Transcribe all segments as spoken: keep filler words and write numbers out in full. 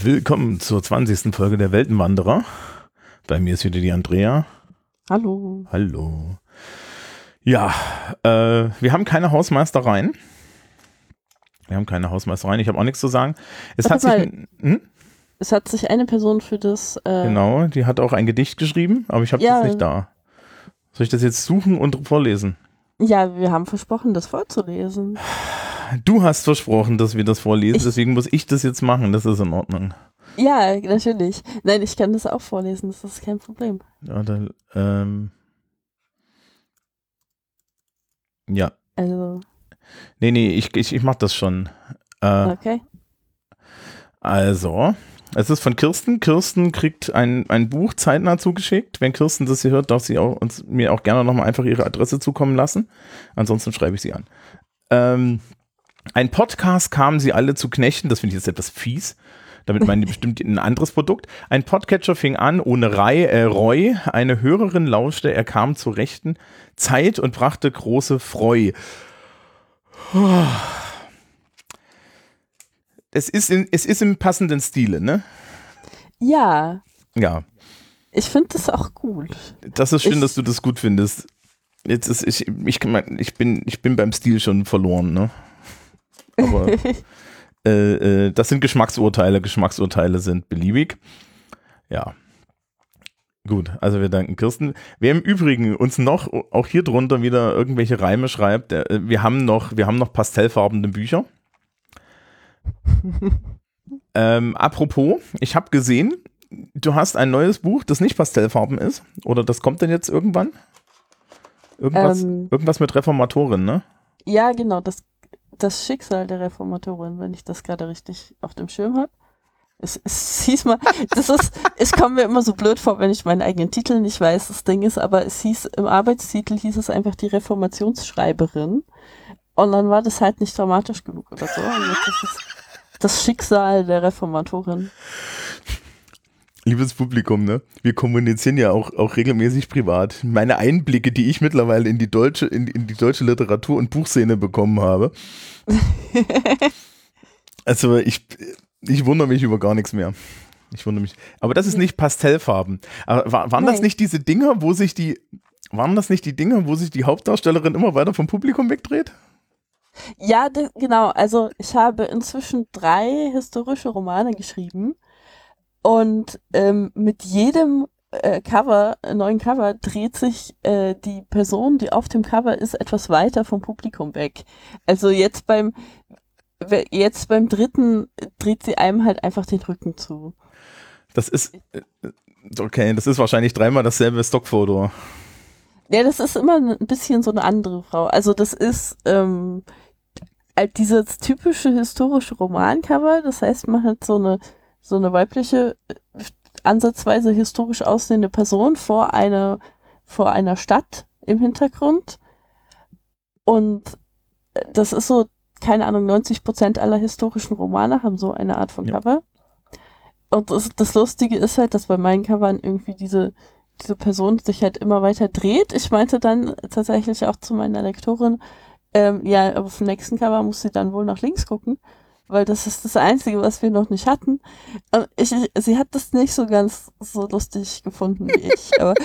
Willkommen zur zwanzigsten Folge der Weltenwanderer. Bei mir ist wieder die Andrea. Hallo. Hallo. Ja, äh, wir haben keine Hausmeistereien. Wir haben keine Hausmeistereien, ich habe auch nichts zu sagen. Es hat, mal, sich, hm? es hat sich eine Person für das... Äh Genau, die hat auch ein Gedicht geschrieben, aber ich habe ja, das nicht da. Soll ich das jetzt suchen und vorlesen? Ja, wir haben versprochen, das vorzulesen. Du hast versprochen, dass wir das vorlesen, ich, deswegen muss ich das jetzt machen, das ist in Ordnung. Ja, natürlich. Nein, ich kann das auch vorlesen, das ist kein Problem. Ja, dann, ähm, ja. Also. Nee, nee, ich, ich, ich mach das schon. Äh, okay. Also, es ist von Kirsten. Kirsten kriegt ein, ein Buch zeitnah zugeschickt. Wenn Kirsten das hier hört, darf sie auch, uns, mir auch gerne nochmal einfach ihre Adresse zukommen lassen. Ansonsten schreibe ich sie an. Ähm, ein Podcast kamen sie alle zu knechten. Das finde ich jetzt etwas fies. Damit meinen die bestimmt ein anderes Produkt. Ein Podcatcher fing an, ohne Rei, äh, Roy. Eine Hörerin lauschte, er kam zur rechten Zeit und brachte große Freu. Es ist, in, es ist im passenden Stile, ne? Ja. Ja. Ich finde das auch gut. Das ist schön, ich, dass du das gut findest. Jetzt ist ich, ich, ich, bin, ich bin beim Stil schon verloren, ne? Aber äh, äh, das sind Geschmacksurteile. Geschmacksurteile sind beliebig. Ja. Gut, also wir danken Kirsten. Wer im Übrigen uns noch, auch hier drunter wieder irgendwelche Reime schreibt, äh, wir haben noch, wir haben noch pastellfarbene Bücher. ähm, apropos, ich habe gesehen, du hast ein neues Buch, das nicht pastellfarben ist. Oder das kommt denn jetzt irgendwann? Irgendwas, ähm, irgendwas mit Reformatorin, ne? Ja, genau, das, das Schicksal der Reformatorin, wenn ich das gerade richtig auf dem Schirm habe. Es, es hieß mal, das ist, es kommt mir immer so blöd vor, wenn ich meinen eigenen Titel nicht weiß, das Ding ist, aber es hieß, im Arbeitstitel hieß es einfach die Reformationsschreiberin und dann war das halt nicht dramatisch genug oder so. Und jetzt ist es das Schicksal der Reformatorin. Liebes Publikum, ne? Wir kommunizieren ja auch, auch regelmäßig privat. Meine Einblicke, die ich mittlerweile in die deutsche, in, in die deutsche Literatur- und Buchszene bekommen habe. Also ich, ich wundere mich über gar nichts mehr. Ich wundere mich. Aber das ist nicht Pastellfarben. Aber war, waren Nein. das nicht diese Dinger, wo sich die, waren das nicht die Dinger, wo sich die Hauptdarstellerin immer weiter vom Publikum wegdreht? Ja, de, genau. Also ich habe inzwischen drei historische Romane geschrieben. Und ähm, mit jedem äh, Cover, äh, neuen Cover, dreht sich äh, die Person, die auf dem Cover ist, etwas weiter vom Publikum weg. Also jetzt beim jetzt beim dritten dreht sie einem halt einfach den Rücken zu. Das ist okay, das ist wahrscheinlich dreimal dasselbe Stockfoto. Ja, das ist immer ein bisschen so eine andere Frau. Also das ist ähm, halt dieses typische historische Romancover. Das heißt, man hat so eine so eine weibliche, ansatzweise historisch aussehende Person vor einer, vor einer Stadt im Hintergrund. Und das ist so, keine Ahnung, neunzig Prozent aller historischen Romane haben so eine Art von Cover. Ja. Und das, das Lustige ist halt, dass bei meinen Covern irgendwie diese, diese Person sich halt immer weiter dreht. Ich meinte dann tatsächlich auch zu meiner Lektorin, ähm, ja, aber auf dem nächsten Cover muss sie dann wohl nach links gucken. Weil das ist das Einzige, was wir noch nicht hatten. Ich, sie hat das nicht so ganz so lustig gefunden wie ich. Aber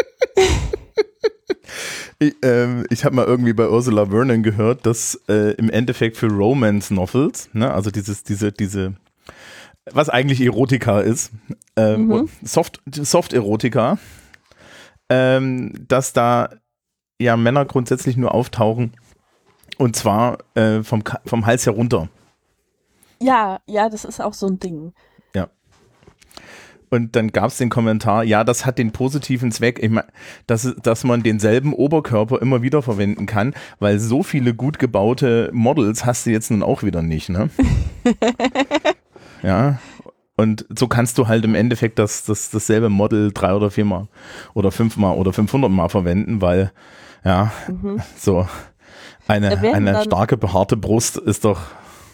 ich ähm, ich habe mal irgendwie bei Ursula Vernon gehört, dass äh, im Endeffekt für Romance-Novels, ne, also dieses, diese, diese, was eigentlich Erotika ist, ähm, mhm. Soft, Soft-Erotika, ähm, dass da ja Männer grundsätzlich nur auftauchen und zwar äh, vom, vom Hals herunter. Ja, ja, das ist auch so ein Ding. Ja. Und dann gab es den Kommentar, ja, das hat den positiven Zweck, ich mein, dass, dass man denselben Oberkörper immer wieder verwenden kann, weil so viele gut gebaute Models hast du jetzt nun auch wieder nicht, ne? Ja. Und so kannst du halt im Endeffekt das, das, dasselbe Model drei oder viermal oder fünfmal oder fünfhundert Mal verwenden, weil, ja, mhm. so eine, eine starke, behaarte Brust ist doch.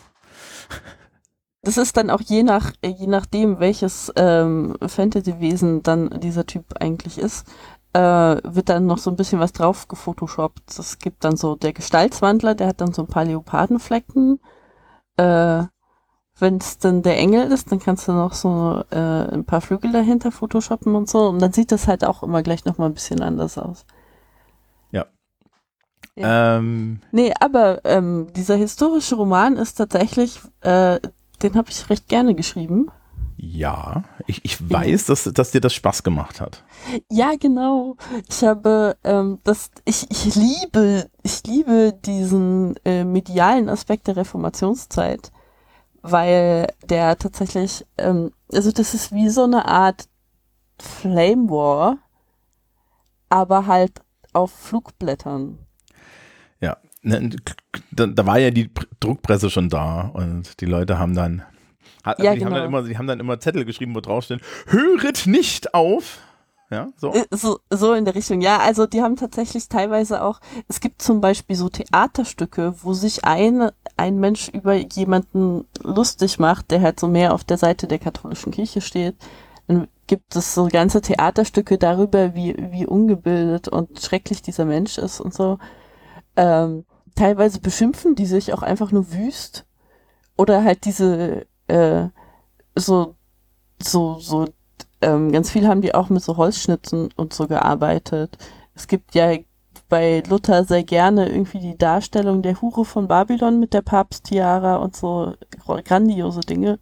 Das ist dann auch je nach, je nachdem, welches ähm, Fantasy-Wesen dann dieser Typ eigentlich ist, äh, wird dann noch so ein bisschen was drauf gefotoshoppt. Es gibt dann so der Gestaltswandler, der hat dann so ein paar Leopardenflecken. Äh, wenn es dann der Engel ist, dann kannst du noch so äh, ein paar Flügel dahinter photoshoppen und so. Und dann sieht das halt auch immer gleich nochmal ein bisschen anders aus. Ja. Ja. Ähm, Nee, aber ähm, dieser historische Roman ist tatsächlich, äh, den habe ich recht gerne geschrieben. ja, ich, ich weiß, dass, dass dir das Spaß gemacht hat. Ja, genau. Ich habe ähm, das, ich, ich liebe, ich liebe diesen äh, medialen Aspekt der Reformationszeit, weil der tatsächlich, ähm, also das ist wie so eine Art Flame War, aber halt auf Flugblättern. Ja, ne, da, da war ja die Pr- Druckpresse schon da und die Leute haben dann, also Ja, die haben dann genau. immer, die haben dann immer Zettel geschrieben, wo drauf steht, höret nicht auf. Ja, so. Äh, So, so in der Richtung, ja. Also die haben tatsächlich teilweise auch, es gibt zum Beispiel so Theaterstücke, wo sich ein, ein Mensch über jemanden lustig macht, der halt so mehr auf der Seite der katholischen Kirche steht. Dann gibt es so ganze Theaterstücke darüber, wie, wie ungebildet und schrecklich dieser Mensch ist und so. Ähm, teilweise beschimpfen die sich auch einfach nur wüst. Oder halt diese, äh, so, so, so ähm, ganz viel haben die auch mit so Holzschnitten und so gearbeitet. Es gibt ja bei Luther sehr gerne irgendwie die Darstellung der Hure von Babylon mit der Papsttiara und so grandiose Dinge.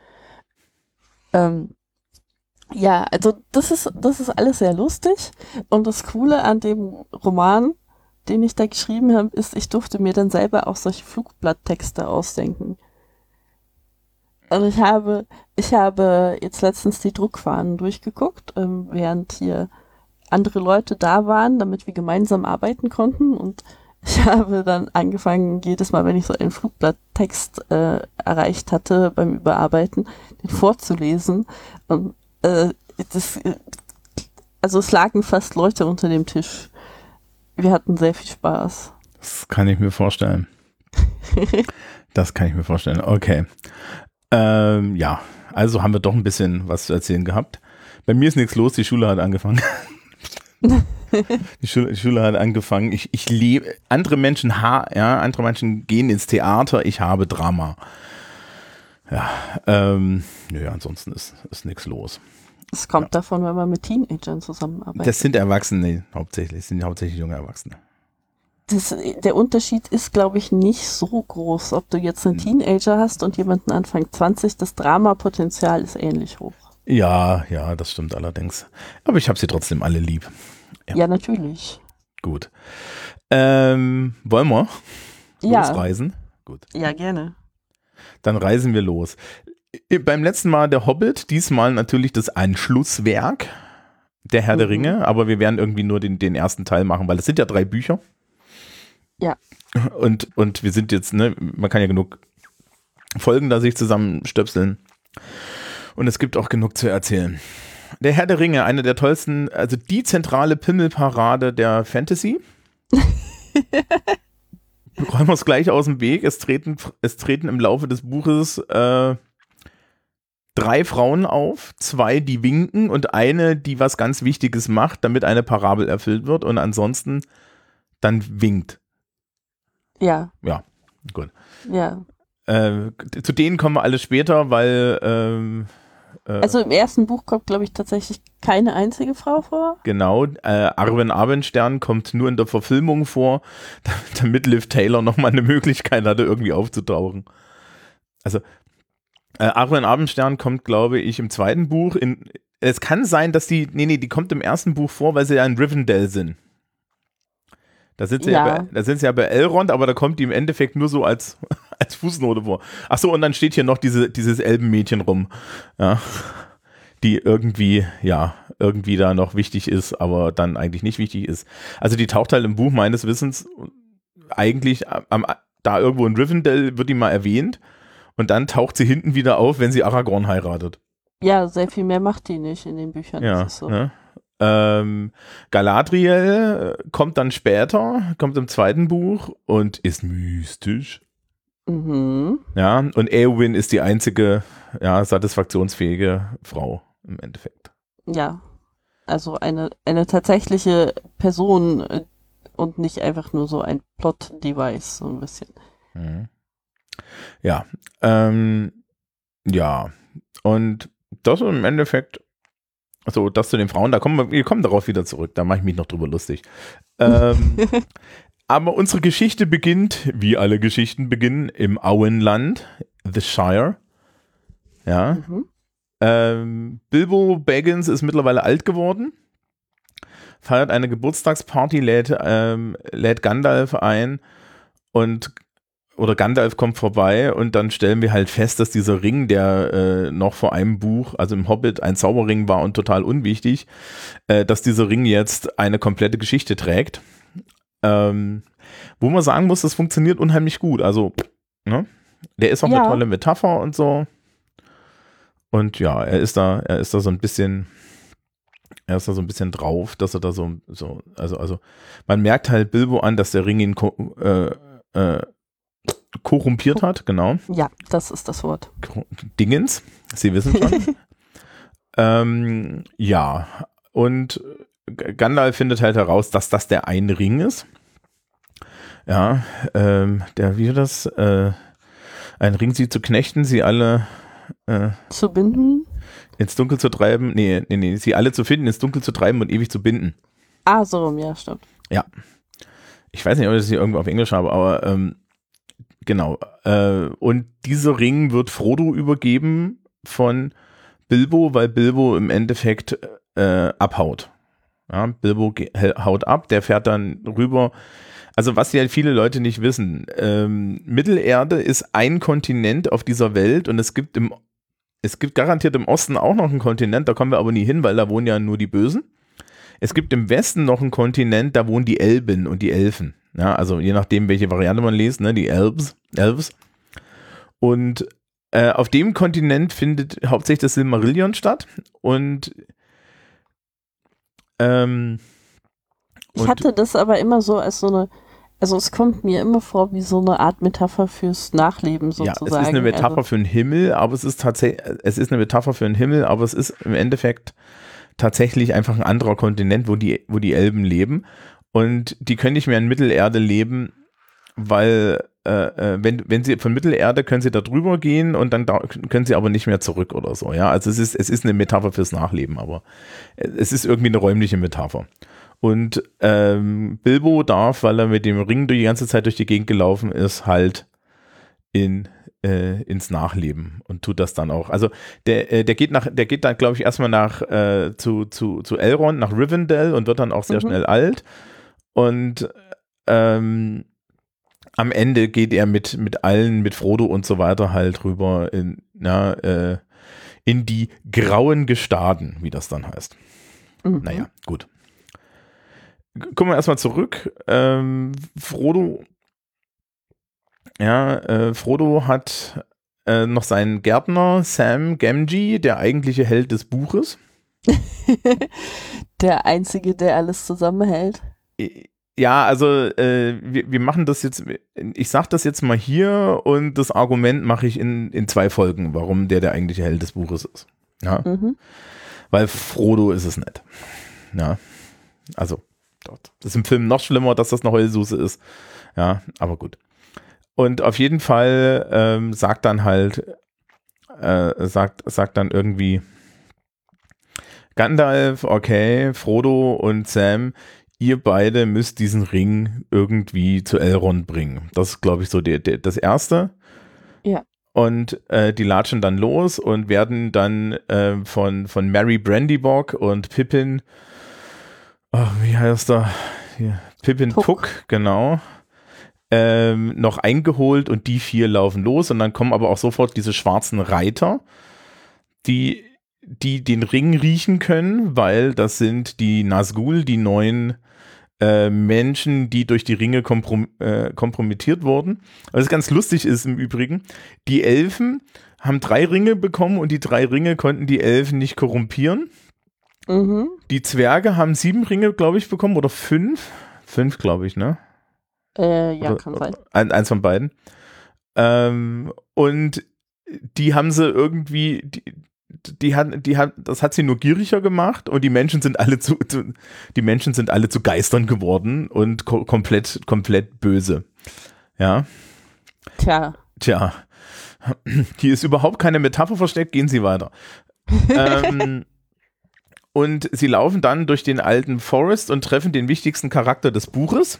Ähm, ja, also das ist, das ist alles sehr lustig. Und das Coole an dem Roman, den ich da geschrieben habe, ist, ich durfte mir dann selber auch solche Flugblatttexte ausdenken. Und ich habe, ich habe jetzt letztens die Druckfahnen durchgeguckt, ähm, während hier andere Leute da waren, damit wir gemeinsam arbeiten konnten. Und ich habe dann angefangen, jedes Mal, wenn ich so einen Flugblatttext äh, erreicht hatte beim Überarbeiten, den vorzulesen. Und äh, das, also es lagen fast Leute unter dem Tisch. Wir hatten sehr viel Spaß. Das kann ich mir vorstellen. Das kann ich mir vorstellen. Okay. Ähm, ja, also haben wir doch ein bisschen was zu erzählen gehabt. Bei mir ist nichts los, die Schule hat angefangen. die, Schule, die Schule hat angefangen. Ich, ich lebe, andere Menschen, ha, ja, andere Menschen gehen ins Theater, ich habe Drama. Ja, ähm, nö, ansonsten ist, ist nichts los. Es kommt Ja. davon, wenn man mit Teenagern zusammenarbeitet. Das sind Erwachsene hauptsächlich, das sind hauptsächlich junge Erwachsene. Das, der Unterschied ist, glaube ich, nicht so groß, ob du jetzt einen Teenager hast und jemanden Anfang zwanzig. Das Dramapotenzial ist ähnlich hoch. Ja, ja, das stimmt allerdings. Aber ich habe sie trotzdem alle lieb. Ja, ja natürlich. Gut. Ähm, wollen wir ja. losreisen? Gut. Ja, gerne. Dann reisen wir los. Beim letzten Mal der Hobbit, diesmal natürlich das Anschlusswerk, der Herr mhm. der Ringe, aber wir werden irgendwie nur den, den ersten Teil machen, weil es sind ja drei Bücher. Ja. Und, und wir sind jetzt, ne, man kann ja genug Folgen da sich zusammenstöpseln. Und es gibt auch genug zu erzählen. Der Herr der Ringe, eine der tollsten, also die zentrale Pimmelparade der Fantasy. Räumen wir es gleich aus dem Weg. Es treten, es treten im Laufe des Buches äh, drei Frauen auf, zwei, die winken und eine, die was ganz Wichtiges macht, damit eine Parabel erfüllt wird und ansonsten dann winkt. Ja. Ja, gut. Ja. Äh, zu denen kommen wir alle später, weil ähm, äh, also im ersten Buch kommt, glaube ich, tatsächlich keine einzige Frau vor. Genau, äh, Arwen Abendstern kommt nur in der Verfilmung vor, damit Liv Taylor nochmal eine Möglichkeit hatte, irgendwie aufzutauchen. Also äh, Arwen Abendstern kommt, glaube ich, im zweiten Buch. In, es kann sein, dass die, nee, nee, die kommt im ersten Buch vor, weil sie ja in Rivendell sind. Da sind sie ja, ja, bei, da sind sie ja bei Elrond, aber da kommt die im Endeffekt nur so als, als Fußnote vor. Achso, und dann steht hier noch diese, dieses Elbenmädchen rum, ja, die irgendwie, ja, irgendwie da noch wichtig ist, aber dann eigentlich nicht wichtig ist. Also die taucht halt im Buch meines Wissens eigentlich am, da irgendwo in Rivendell wird die mal erwähnt und dann taucht sie hinten wieder auf, wenn sie Aragorn heiratet. Ja, sehr viel mehr macht die nicht in den Büchern. Ja, das ist so. Ne? Ähm, Galadriel kommt dann später, kommt im zweiten Buch und ist mystisch. Mhm. Ja, und Éowyn ist die einzige, ja, satisfaktionsfähige Frau im Endeffekt. Ja, also eine, eine tatsächliche Person und nicht einfach nur so ein Plot-Device, so ein bisschen. Mhm. Ja, ähm, Ja, und das ist im Endeffekt, also das zu den Frauen, da kommen wir, wir kommen darauf wieder zurück, da mache ich mich noch drüber lustig. Ähm, aber unsere Geschichte beginnt, wie alle Geschichten beginnen, im Auenland, The Shire. Ja. Mhm. Ähm, Bilbo Baggins ist mittlerweile alt geworden, feiert eine Geburtstagsparty, lädt, ähm, lädt Gandalf ein und oder Gandalf kommt vorbei und dann stellen wir halt fest, dass dieser Ring, der äh, noch vor einem Buch, also im Hobbit, ein Zauberring war und total unwichtig, äh, dass dieser Ring jetzt eine komplette Geschichte trägt. Ähm, wo man sagen muss, das funktioniert unheimlich gut. Also, ne? Der ist auch Ja. eine tolle Metapher und so. Und ja, er ist da, er ist da so ein bisschen, er ist da so ein bisschen drauf, dass er da so, so also, also, man merkt halt Bilbo an, dass der Ring ihn ko- äh, äh, korrumpiert hat, genau. Ja, das ist das Wort. Dingens, Sie wissen schon. ähm, ja, und Gandalf findet halt heraus, dass das der eine Ring ist. Ja, ähm, der, wie war das? Äh, ein Ring, sie zu knechten, sie alle äh, Zu binden? ins Dunkel zu treiben, nee, nee, nee, sie alle zu finden, ins Dunkel zu treiben und ewig zu binden. Ah, so rum, ja, stimmt. Ja. Ich weiß nicht, ob ich das hier irgendwo auf Englisch habe, aber ähm, genau. Äh, und dieser Ring wird Frodo übergeben von Bilbo, weil Bilbo im Endeffekt äh, abhaut. Ja, Bilbo ge- haut ab, der fährt dann rüber. Also was ja viele Leute nicht wissen, ähm, Mittelerde ist ein Kontinent auf dieser Welt und es gibt im es gibt garantiert im Osten auch noch einen Kontinent, da kommen wir aber nie hin, weil da wohnen ja nur die Bösen. Es gibt im Westen noch einen Kontinent, da wohnen die Elben und die Elfen. Ja, also je nachdem, welche Variante man liest, ne, die Elves, Elves. Und äh, auf dem Kontinent findet hauptsächlich das Silmarillion statt und ähm, Ich und, hatte das aber immer so als so eine, also es kommt mir immer vor wie so eine Art Metapher fürs Nachleben sozusagen. Ja, es ist eine Metapher also, für den Himmel, aber es ist tatsächlich, es ist eine Metapher für den Himmel, aber es ist im Endeffekt tatsächlich einfach ein anderer Kontinent, wo die, wo die Elben leben. Und die können nicht mehr in Mittelerde leben, weil äh, wenn, wenn sie von Mittelerde können sie da drüber gehen und dann da, können sie aber nicht mehr zurück oder so. Ja, also es ist, es ist eine Metapher fürs Nachleben, aber es ist irgendwie eine räumliche Metapher. Und ähm, Bilbo darf, weil er mit dem Ring die ganze Zeit durch die Gegend gelaufen ist, halt in, äh, ins Nachleben und tut das dann auch. Also der, äh, der geht nach, der geht dann, glaube ich, erstmal nach äh, zu, zu, zu Elrond, nach Rivendell und wird dann auch sehr Mhm. schnell alt. Und ähm, am Ende geht er mit, mit allen, mit Frodo und so weiter halt rüber in, na, äh, in die grauen Gestaden, wie das dann heißt. mhm. Naja, gut. Kommen wir erstmal zurück. Ähm, Frodo, ja, äh, Frodo hat äh, noch seinen Gärtner Sam Gamgee, der eigentliche Held des Buches. Der Einzige, der alles zusammenhält. Ja, also äh, wir, wir machen das jetzt, ich sag das jetzt mal hier und das Argument mache ich in, in zwei Folgen, warum der der eigentliche Held des Buches ist. Ja, Mhm. weil Frodo ist es nicht. Ja, also dort. Das ist im Film noch schlimmer, dass das eine Heulsuse ist. Ja, aber gut. Und auf jeden Fall ähm, sagt dann halt, äh, sagt, sagt dann irgendwie Gandalf, okay, Frodo und Sam, ihr beide müsst diesen Ring irgendwie zu Elrond bringen. Das ist, glaube ich, so der, der, das Erste. Ja. Und äh, die latschen dann los und werden dann äh, von, von Merry Brandybock und Pippin, oh, wie heißt er? Hier, Pippin Puck. Puck, genau, ähm, noch eingeholt und die vier laufen los und dann kommen aber auch sofort diese schwarzen Reiter, die, die den Ring riechen können, weil das sind die Nazgul, die neuen äh, Menschen, die durch die Ringe komprom äh, kompromittiert wurden. Was ganz lustig ist im Übrigen, die Elfen haben drei Ringe bekommen und die drei Ringe konnten die Elfen nicht korrumpieren. Mhm. Die Zwerge haben sieben Ringe, glaube ich, bekommen oder fünf. Fünf, glaube ich, ne? Äh, ja, Oder, kann sein. Ein, eins von beiden. Ähm, und die haben sie irgendwie, die, die hat, die hat, das hat sie nur gieriger gemacht und die Menschen sind alle zu, zu die Menschen sind alle zu Geistern geworden und ko komplett, komplett böse. Ja. Tja. Tja. Hier ist überhaupt keine Metapher versteckt, gehen Sie weiter. ähm, und sie laufen dann durch den alten Forest und treffen den wichtigsten Charakter des Buches.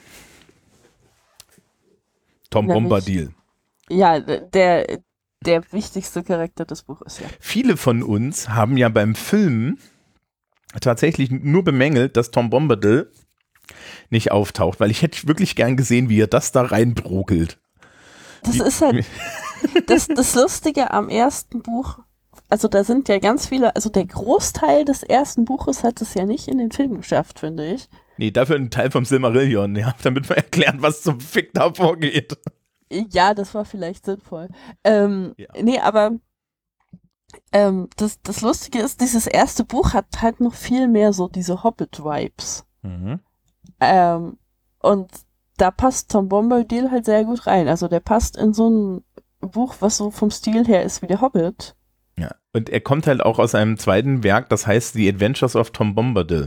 Tom Nämlich- Bombadil. Ja, der, der wichtigste Charakter des Buches, ja. Viele von uns haben ja beim Film tatsächlich nur bemängelt, dass Tom Bombadil nicht auftaucht, weil ich hätte wirklich gern gesehen, wie er das da reinbrokelt. Das ist halt das, das Lustige am ersten Buch. Also da sind ja ganz viele, also der Großteil des ersten Buches hat es ja nicht in den Film geschafft, finde ich. Nee, dafür ein Teil vom Silmarillion, ja, damit wir erklären, was zum Fick da vorgeht. Ja, das war vielleicht sinnvoll. Ähm, Ja. Nee, aber ähm, das, das Lustige ist, dieses erste Buch hat halt noch viel mehr so diese Hobbit-Vibes. Mhm. Ähm, und da passt Tom Bombadil halt sehr gut rein. Also der passt in so ein Buch, was so vom Stil her ist wie der Hobbit. Ja, und er kommt halt auch aus einem zweiten Werk, das heißt The Adventures of Tom Bombadil,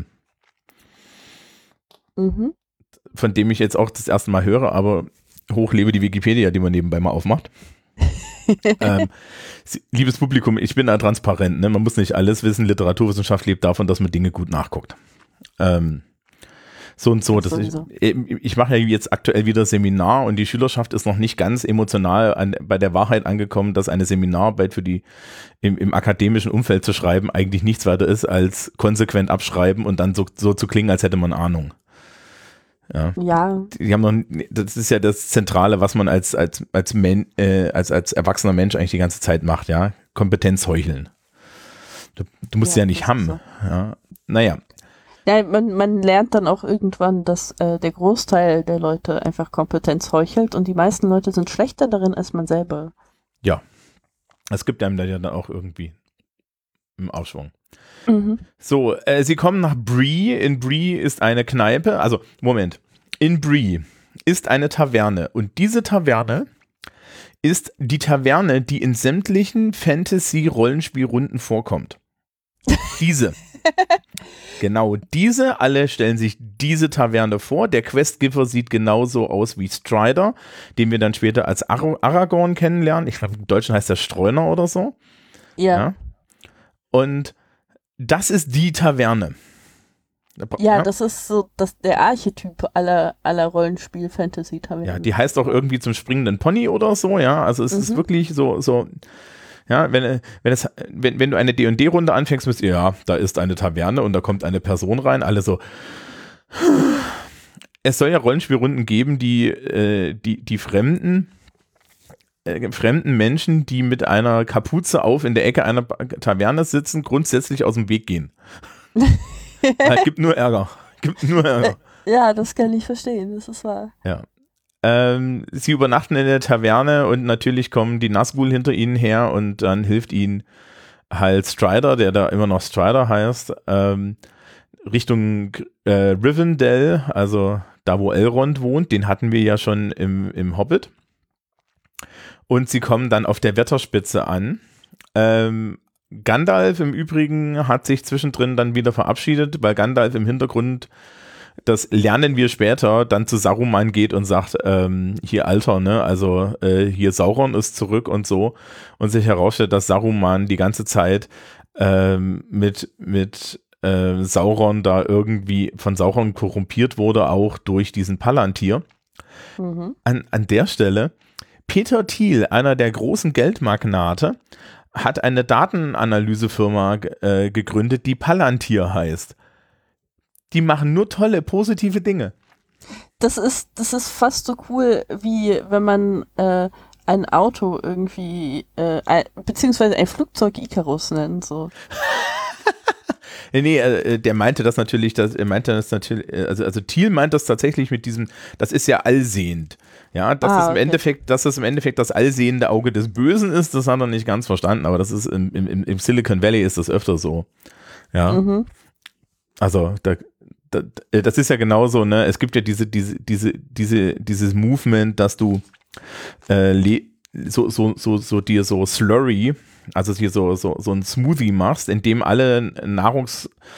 Mhm. von dem ich jetzt auch das erste Mal höre, aber hochlebe die Wikipedia, die man nebenbei mal aufmacht. ähm, sie- liebes Publikum, ich bin da transparent, ne? Man muss nicht alles wissen. Literaturwissenschaft lebt davon, dass man Dinge gut nachguckt. Ähm, so und so. Das Das ich sowieso. ich mache ja jetzt aktuell wieder Seminar und die Schülerschaft ist noch nicht ganz emotional an, bei der Wahrheit angekommen, dass eine Seminararbeit für die im, im akademischen Umfeld zu schreiben eigentlich nichts weiter ist als konsequent abschreiben und dann so, so zu klingen, als hätte man Ahnung. Ja. Ja, Die haben noch, das ist ja das Zentrale, was man als, als, als, Men, äh, als, als erwachsener Mensch eigentlich die ganze Zeit macht, ja. Kompetenz heucheln. Du, du musst ja, Ja, ja nicht das haben. ist so. Ja. Naja. ja man, man lernt dann auch irgendwann, dass äh, der Großteil der Leute einfach Kompetenz heuchelt und die meisten Leute sind schlechter darin als man selber. Ja. Es gibt einem da ja dann auch irgendwie einen Aufschwung. Mhm. So, äh, sie kommen nach Bree. In Bree ist eine Kneipe. Also, Moment. In Bree ist eine Taverne. Und diese Taverne ist die Taverne, die in sämtlichen Fantasy-Rollenspielrunden vorkommt. Diese. Genau, diese alle stellen sich diese Taverne vor. Der Questgiver sieht genauso aus wie Strider, den wir dann später als Ar Aragorn kennenlernen. Ich glaube, im Deutschen heißt der Streuner oder so. Ja. Ja. Und das ist die Taverne. Ja, das ist so das, der Archetyp aller, aller Rollenspiel-Fantasy-Tavernen. Ja, die heißt auch irgendwie zum springenden Pony oder so, ja. Also es Mhm. ist wirklich so, so, ja, wenn, wenn, es, wenn, wenn du eine D und D-Runde anfängst, müsst ihr, ja, da ist eine Taverne und da kommt eine Person rein, alle so. Es soll ja Rollenspielrunden geben, die, äh, die, die Fremden, äh, fremden Menschen, die mit einer Kapuze auf in der Ecke einer Taverne sitzen, grundsätzlich aus dem Weg gehen. Es gibt nur Ärger. Gibt nur Ärger. Ja, das kann ich verstehen, das ist wahr. Ja. Ähm, sie übernachten in der Taverne und natürlich kommen die Nazgul hinter ihnen her und dann hilft ihnen halt Strider, der da immer noch Strider heißt, ähm, Richtung äh, Rivendell, also da, wo Elrond wohnt. Den hatten wir ja schon im, im Hobbit. Und sie kommen dann auf der Wetterspitze an. Ähm, Gandalf im Übrigen hat sich zwischendrin dann wieder verabschiedet, weil Gandalf im Hintergrund, das lernen wir später, dann zu Saruman geht und sagt, ähm, hier Alter, ne, also äh, hier Sauron ist zurück und so, und sich herausstellt, dass Saruman die ganze Zeit ähm, mit, mit äh, Sauron da irgendwie von Sauron korrumpiert wurde, auch durch diesen Palantir. Mhm. An, an der Stelle, Peter Thiel, einer der großen Geldmagnate, hat eine Datenanalysefirma äh, gegründet, die Palantir heißt. Die machen nur tolle, positive Dinge. Das ist, das ist fast so cool, wie wenn man äh, ein Auto irgendwie, äh, ein, beziehungsweise ein Flugzeug Icarus nennt, so. Nee, nee, äh, der meinte das natürlich, dass, er meinte das natürlich, also, also Thiel meint das tatsächlich mit diesem, das ist ja allsehend. Ja, dass Ah, es im okay. Endeffekt, dass es im Endeffekt das allsehende Auge des Bösen ist, das hat er nicht ganz verstanden, aber das ist im, im, im Silicon Valley ist das öfter so. Ja. Mhm. Also da, da, das ist ja genauso, ne? Es gibt ja diese, diese, diese, diese, dieses Movement, dass du äh, le- so, so, so, so dir so Slurry, also hier so, so, so ein Smoothie machst, in dem alle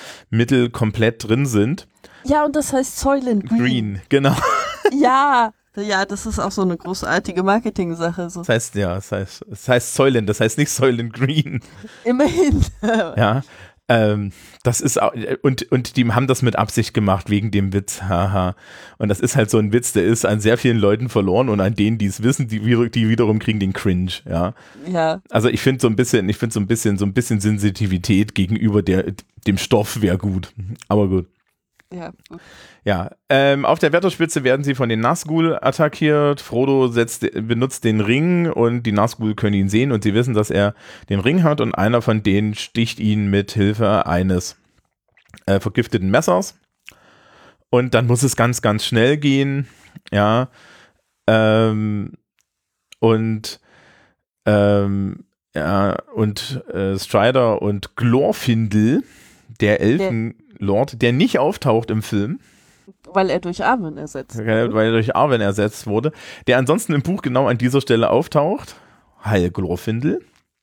Nahrungsmittel komplett drin sind. Ja, und das heißt Soylent Green. Green, genau. Ja, Ja, das ist auch so eine großartige Marketing-Sache. So. Das heißt, ja, das heißt, das heißt Soylent, das heißt nicht Soylent Green. Immerhin. Ja, ähm, das ist auch, und, und die haben das mit Absicht gemacht, wegen dem Witz, haha. Und das ist halt so ein Witz, der ist an sehr vielen Leuten verloren und an denen, die es wissen, die, die wiederum kriegen den Cringe, ja. Ja. Also ich finde so ein bisschen, ich finde so ein bisschen, so ein bisschen Sensitivität gegenüber der, dem Stoff wäre gut, aber gut. Ja, gut. Ja, ähm, auf der Wetterspitze werden sie von den Nazgul attackiert. Frodo setzt, benutzt den Ring und die Nazgul können ihn sehen und sie wissen, dass er den Ring hat und einer von denen sticht ihn mit Hilfe eines äh, vergifteten Messers. Und dann muss es ganz, ganz schnell gehen. Ja, ähm, und ähm, ja, und äh, Strider und Glorfindel, der Elfenlord, der nicht auftaucht im Film. Weil er durch Arwen ersetzt wurde. Weil er durch Arwen ersetzt wurde. Der ansonsten im Buch genau an dieser Stelle auftaucht. Heil Glorfindel.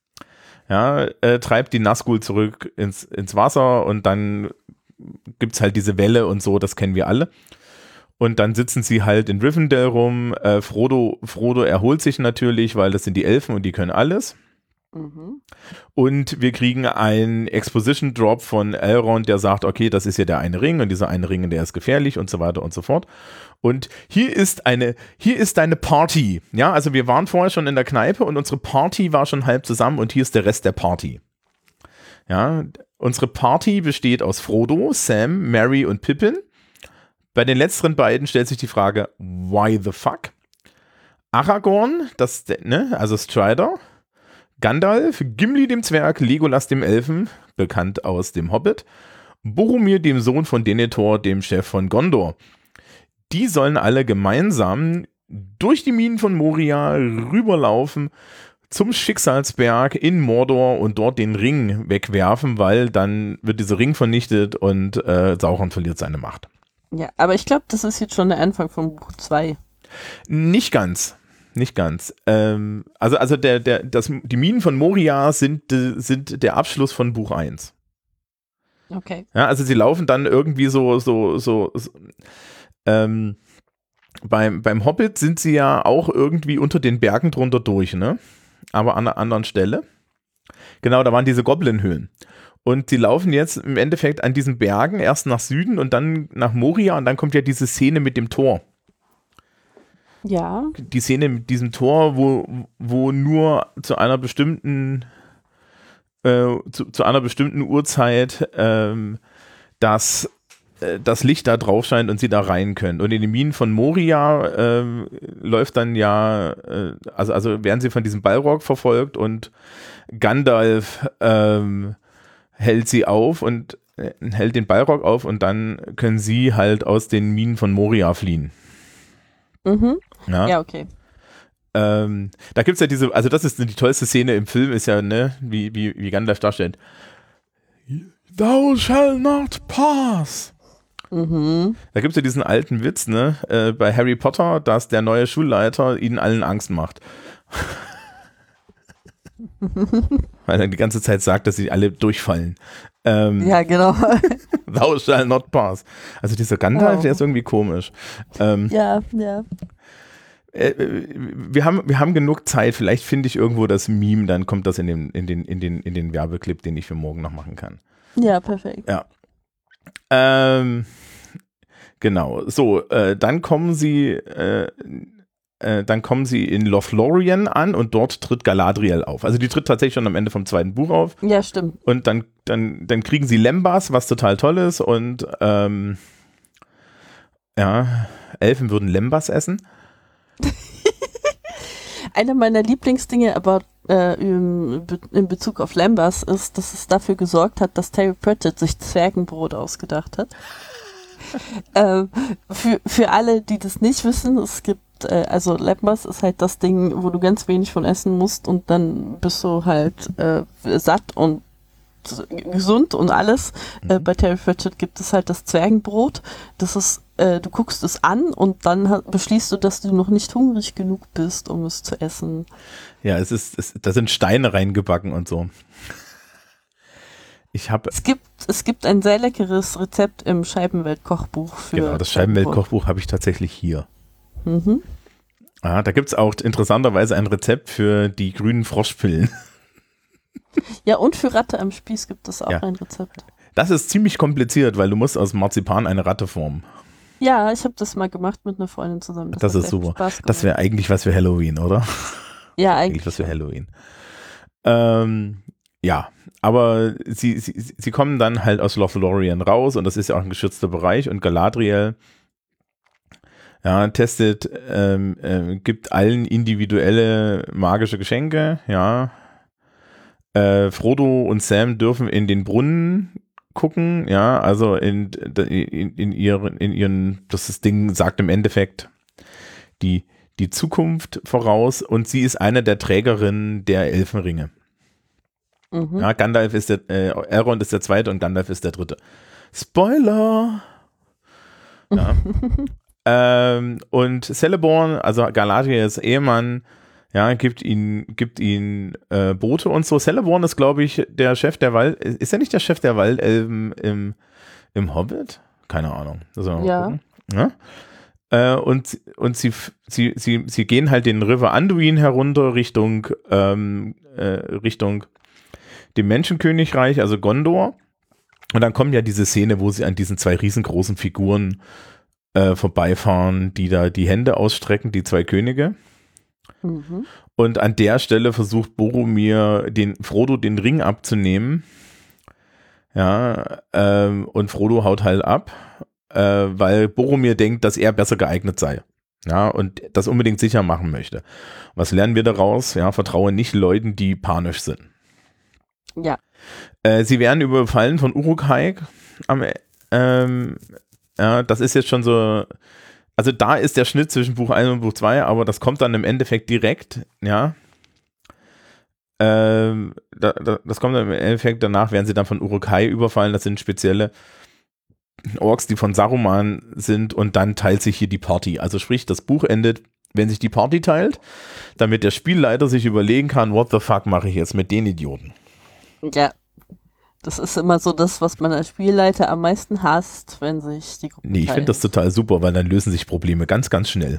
Ja, äh, treibt die Nazgul zurück ins, ins Wasser und dann gibt's halt diese Welle und so, das kennen wir alle. Und dann sitzen sie halt in Rivendell rum. Äh, Frodo, Frodo erholt sich natürlich, weil das sind die Elfen und die können alles. Mhm. Und wir kriegen einen Exposition-Drop von Elrond, der sagt, okay, das ist ja der eine Ring und dieser eine Ring, der ist gefährlich und so weiter und so fort. Und hier ist eine, hier ist eine Party. Ja, also wir waren vorher schon in der Kneipe und unsere Party war schon halb zusammen und hier ist der Rest der Party. Ja, unsere Party besteht aus Frodo, Sam, Merry und Pippin. Bei den letzteren beiden stellt sich die Frage, why the fuck? Aragorn, das, ne, also Strider, Gandalf, Gimli dem Zwerg, Legolas dem Elfen, bekannt aus dem Hobbit, Boromir dem Sohn von Denethor, dem Chef von Gondor. Die sollen alle gemeinsam durch die Minen von Moria rüberlaufen zum Schicksalsberg in Mordor und dort den Ring wegwerfen, weil dann wird dieser Ring vernichtet und äh, Sauron verliert seine Macht. Ja, aber ich glaube, das ist jetzt schon der Anfang von Buch zwei. Nicht ganz. Nicht ganz. Ähm, also also der, der, das, die Minen von Moria sind, sind der Abschluss von Buch eins. Okay. Ja, also sie laufen dann irgendwie so, so, so, so ähm, beim, beim Hobbit sind sie ja auch irgendwie unter den Bergen drunter durch, ne? Aber an einer anderen Stelle. Genau, da waren diese Goblin-Höhlen. Und sie laufen jetzt im Endeffekt an diesen Bergen erst nach Süden und dann nach Moria und dann kommt ja diese Szene mit dem Tor. Ja. Die Szene mit diesem Tor, wo, wo nur zu einer bestimmten äh, zu, zu einer bestimmten Uhrzeit ähm, das, äh, das Licht da drauf scheint und sie da rein können. Und in den Minen von Moria äh, läuft dann ja, äh, also, also werden sie von diesem Balrog verfolgt und Gandalf ähm, hält sie auf und äh, hält den Balrog auf und dann können sie halt aus den Minen von Moria fliehen. Mhm. Ja, ja, okay. Ähm, da gibt es ja diese, also das ist die tollste Szene im Film, ist ja, ne, wie, wie, wie Gandalf darstellt. Thou shall not pass. Mhm. Da gibt es ja diesen alten Witz, ne, äh, bei Harry Potter, dass der neue Schulleiter ihnen allen Angst macht. Weil er die ganze Zeit sagt, dass sie alle durchfallen. Ähm, ja, genau. Thou shall not pass. Also dieser Gandalf, oh. der ist irgendwie komisch. Ähm, ja, ja. Wir haben, wir haben genug Zeit, vielleicht finde ich irgendwo das Meme, dann kommt das in den, in den, in den, in den Werbeclip, den ich für morgen noch machen kann. Ja, perfekt. Ja. Ähm, genau, so, äh, dann kommen sie, äh, äh, dann kommen sie in Lothlorien an und dort tritt Galadriel auf. Also die tritt tatsächlich schon am Ende vom zweiten Buch auf. Ja, stimmt. Und dann, dann, dann kriegen sie Lembas, was total toll ist und ähm, ja, Elfen würden Lembas essen. Eine meiner Lieblingsdinge aber äh, in, in Bezug auf Lembas ist, dass es dafür gesorgt hat, dass Terry Pratchett sich Zwergenbrot ausgedacht hat. ähm, für, für alle, die das nicht wissen, es gibt, äh, also Lembas ist halt das Ding, wo du ganz wenig von essen musst und dann bist du halt äh, satt und gesund und alles. Mhm. Äh, bei Terry Pratchett gibt es halt das Zwergenbrot. Das ist, äh, du guckst es an und dann ha- beschließt du, dass du noch nicht hungrig genug bist, um es zu essen. Ja, es ist, es, da sind Steine reingebacken und so. Ich habe. Es gibt, es gibt ein sehr leckeres Rezept im Scheibenwelt-Kochbuch für. Genau, das Scheibenwelt-Kochbuch habe ich tatsächlich hier. Mhm. Ah, da gibt es auch interessanterweise ein Rezept für die grünen Froschpillen. Ja, und für Ratte am Spieß gibt es auch Ja. ein Rezept. Das ist ziemlich kompliziert, weil du musst aus Marzipan eine Ratte formen. Ja, ich habe das mal gemacht mit einer Freundin zusammen. Das, das hat ist echt super. Spaß Das wäre eigentlich was für Halloween, oder? Ja, eigentlich eigentlich. was für Halloween. Ähm, ja, aber sie, sie, sie kommen dann halt aus Lothlorien raus und das ist ja auch ein geschützter Bereich und Galadriel ja, testet, ähm, äh, gibt allen individuelle magische Geschenke, ja. Äh, Frodo und Sam dürfen in den Brunnen gucken, ja, also in, in, in, ihren, in ihren, das, das Ding sagt im Endeffekt die, die Zukunft voraus und sie ist eine der Trägerinnen der Elfenringe. Mhm. Ja, Gandalf ist der, äh, Elrond ist der zweite und Gandalf ist der dritte. Spoiler! Ja. ähm, und Celeborn, also Galadriels Ehemann, ja, gibt ihn, gibt ihn äh, Boote und so. Celeborn ist, glaube ich, der Chef der Wald. Ist er nicht der Chef der Waldelben im, im Hobbit? Keine Ahnung. Das wir mal Ja. gucken. Ja. Äh, und und sie, sie, sie, sie gehen halt den River Anduin herunter Richtung, ähm, äh, Richtung dem Menschenkönigreich, also Gondor. Und dann kommt ja diese Szene, wo sie an diesen zwei riesengroßen Figuren äh, vorbeifahren, die da die Hände ausstrecken, die zwei Könige. Mhm. Und an der Stelle versucht Boromir den Frodo den Ring abzunehmen. Ja, ähm, und Frodo haut halt ab, äh, weil Boromir denkt, dass er besser geeignet sei. Ja, und das unbedingt sicher machen möchte. Was lernen wir daraus? Ja, vertraue nicht Leuten, die panisch sind. Ja. Äh, sie werden überfallen von Uruk-hai. Am, ähm, ja, das ist jetzt schon so. Also da ist der Schnitt zwischen Buch eins und Buch zwei, aber das kommt dann im Endeffekt direkt, ja. Ähm, da, da, das kommt dann im Endeffekt, danach werden sie dann von Uruk-hai überfallen, das sind spezielle Orks, die von Saruman sind und dann teilt sich hier die Party. Also sprich, das Buch endet, wenn sich die Party teilt, damit der Spielleiter sich überlegen kann, what the fuck mache ich jetzt mit den Idioten? Ja. Das ist immer so das, was man als Spielleiter am meisten hasst, wenn sich die Gruppe Nee, ich finde teilt. das total super, weil dann lösen sich Probleme ganz, ganz schnell.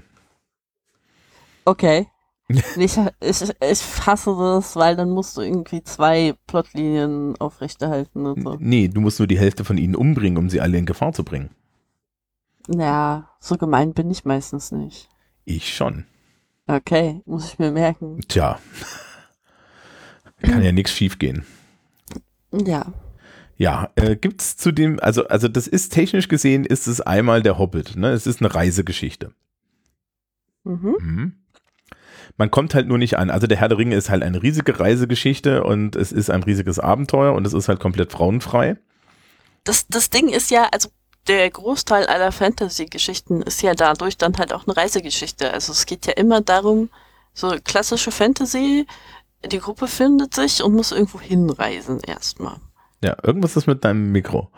Okay. ich, ich, ich hasse das, weil dann musst du irgendwie zwei Plotlinien aufrechterhalten und so. Nee, du musst nur die Hälfte von ihnen umbringen, um sie alle in Gefahr zu bringen. Ja, so gemein bin ich meistens nicht. Ich schon. Okay, muss ich mir merken. Tja. Kann ja nichts schief gehen. Ja. Ja, äh, gibt's zu dem, also, also das ist technisch gesehen, ist es einmal der Hobbit, ne? Es ist eine Reisegeschichte. Mhm. Mhm. Man kommt halt nur nicht an. Also der Herr der Ringe ist halt eine riesige Reisegeschichte und es ist ein riesiges Abenteuer und es ist halt komplett frauenfrei. Das, das Ding ist ja, also der Großteil aller Fantasy-Geschichten ist ja dadurch dann halt auch eine Reisegeschichte. Also es geht ja immer darum, so klassische Fantasy, die Gruppe findet sich und muss irgendwo hinreisen erstmal. Ja, irgendwas ist mit deinem Mikro.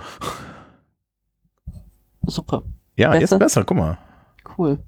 Super. Ja, Besser? jetzt besser, guck mal. Cool.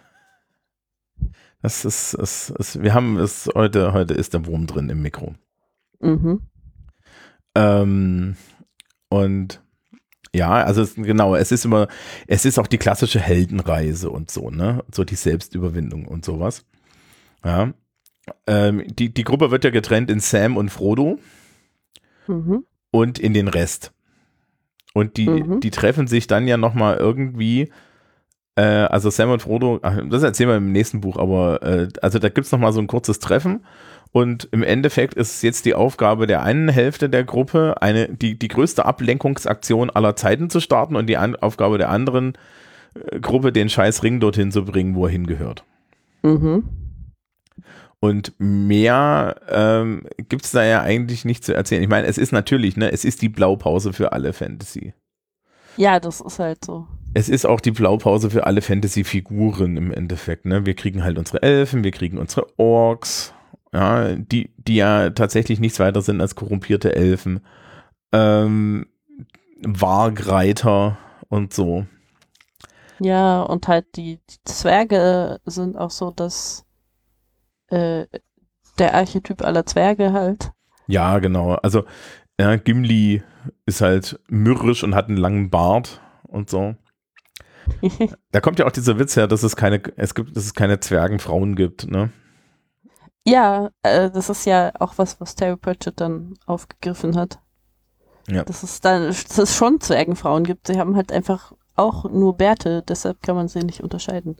Das ist, das ist, wir haben es heute, heute ist der Wurm drin im Mikro. Mhm. Ähm, und ja, also es, genau, es ist immer, es ist auch die klassische Heldenreise und so, ne? So die Selbstüberwindung und sowas. Ja. Ähm, die, die Gruppe wird ja getrennt in Sam und Frodo Mhm. und in den Rest. Und die, Mhm. die treffen sich dann ja nochmal irgendwie, äh, also Sam und Frodo, ach, das erzählen wir im nächsten Buch, aber äh, also da gibt es nochmal so ein kurzes Treffen und im Endeffekt ist es jetzt die Aufgabe der einen Hälfte der Gruppe, eine, die, die größte Ablenkungsaktion aller Zeiten zu starten und die an, Aufgabe der anderen äh, Gruppe, den scheiß Ring dorthin zu bringen, wo er hingehört. Mhm. Und mehr ähm, gibt es da ja eigentlich nicht zu erzählen. Ich meine, es ist natürlich, ne, es ist die Blaupause für alle Fantasy. Ja, das ist halt so. Es ist auch die Blaupause für alle Fantasy-Figuren im Endeffekt. Ne? Wir kriegen halt unsere Elfen, wir kriegen unsere Orks, ja, die, die ja tatsächlich nichts weiter sind als korrumpierte Elfen, ähm, Waagreiter und so. Ja, und halt die, die Zwerge sind auch so, dass äh, der Archetyp aller Zwerge halt. Ja, genau. Also ja, Gimli ist halt mürrisch und hat einen langen Bart und so. Da kommt ja auch dieser Witz her, dass es keine, es gibt, dass es keine Zwergenfrauen gibt, ne? Ja, äh, das ist ja auch was, was Terry Pratchett dann aufgegriffen hat. Ja. Dass es dann, dass es schon Zwergenfrauen gibt. Sie haben halt einfach auch nur Bärte, deshalb kann man sie nicht unterscheiden.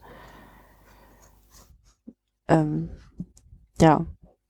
Ähm, ja.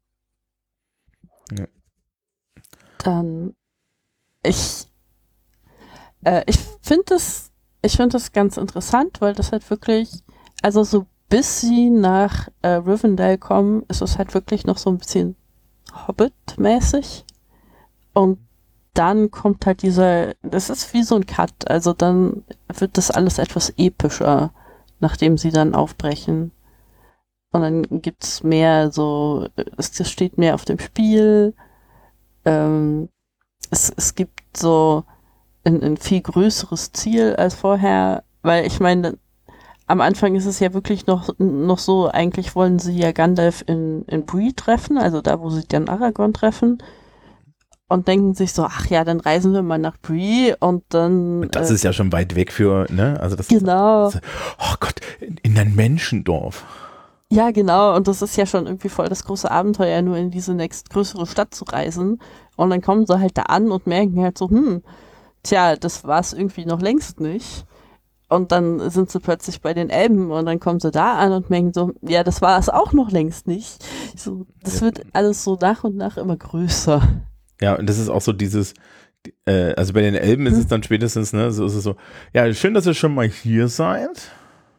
Ja. Dann, ich, äh, ich finde das, ich finde das ganz interessant, weil das halt wirklich, also so bis sie nach äh, Rivendell kommen, ist es halt wirklich noch so ein bisschen Hobbit-mäßig. Und dann kommt halt dieser, das ist wie so ein Cut, also dann wird das alles etwas epischer, nachdem sie dann aufbrechen. Und dann gibt's mehr so, es, es steht mehr auf dem Spiel. Ähm, es, es gibt so ein, ein viel größeres Ziel als vorher, weil ich meine, am Anfang ist es ja wirklich noch, noch so, eigentlich wollen sie ja Gandalf in, in Bree treffen, also da, wo sie dann Aragorn treffen. Und denken sich so, ach ja, dann reisen wir mal nach Bree und dann... Und das äh, ist ja schon weit weg für, ne? Also das genau. Ist, oh Gott, in, in ein Menschendorf. Ja, genau. Und das ist ja schon irgendwie voll das große Abenteuer, nur in diese nächstgrößere Stadt zu reisen. Und dann kommen sie halt da an und merken halt so, hm, tja, das war es irgendwie noch längst nicht. Und dann sind sie plötzlich bei den Elben und dann kommen sie da an und merken so, ja, das war es auch noch längst nicht. So, das wird alles so nach und nach immer größer. Ja, und das ist auch so dieses, äh, also bei den Elben ist es dann spätestens, ne, so ist es so, ja, schön, dass ihr schon mal hier seid.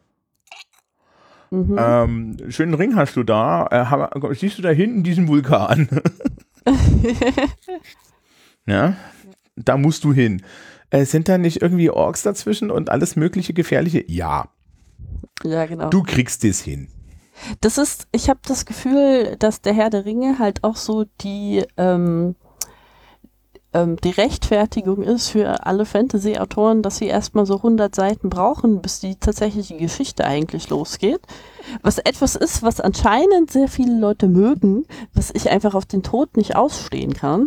Mhm. Ähm, schönen Ring hast du da. Äh, hab, siehst du da hinten diesen Vulkan? Ja, da musst du hin. Äh, sind da nicht irgendwie Orks dazwischen und alles mögliche Gefährliche? Ja. Ja, genau. Du kriegst es hin. Das ist, ich habe das Gefühl, dass der Herr der Ringe halt auch so die, ähm, ähm, die Rechtfertigung ist für alle Fantasy-Autoren, dass sie erstmal so hundert Seiten brauchen, bis die tatsächliche Geschichte eigentlich losgeht. Was etwas ist, was anscheinend sehr viele Leute mögen, was ich einfach auf den Tod nicht ausstehen kann.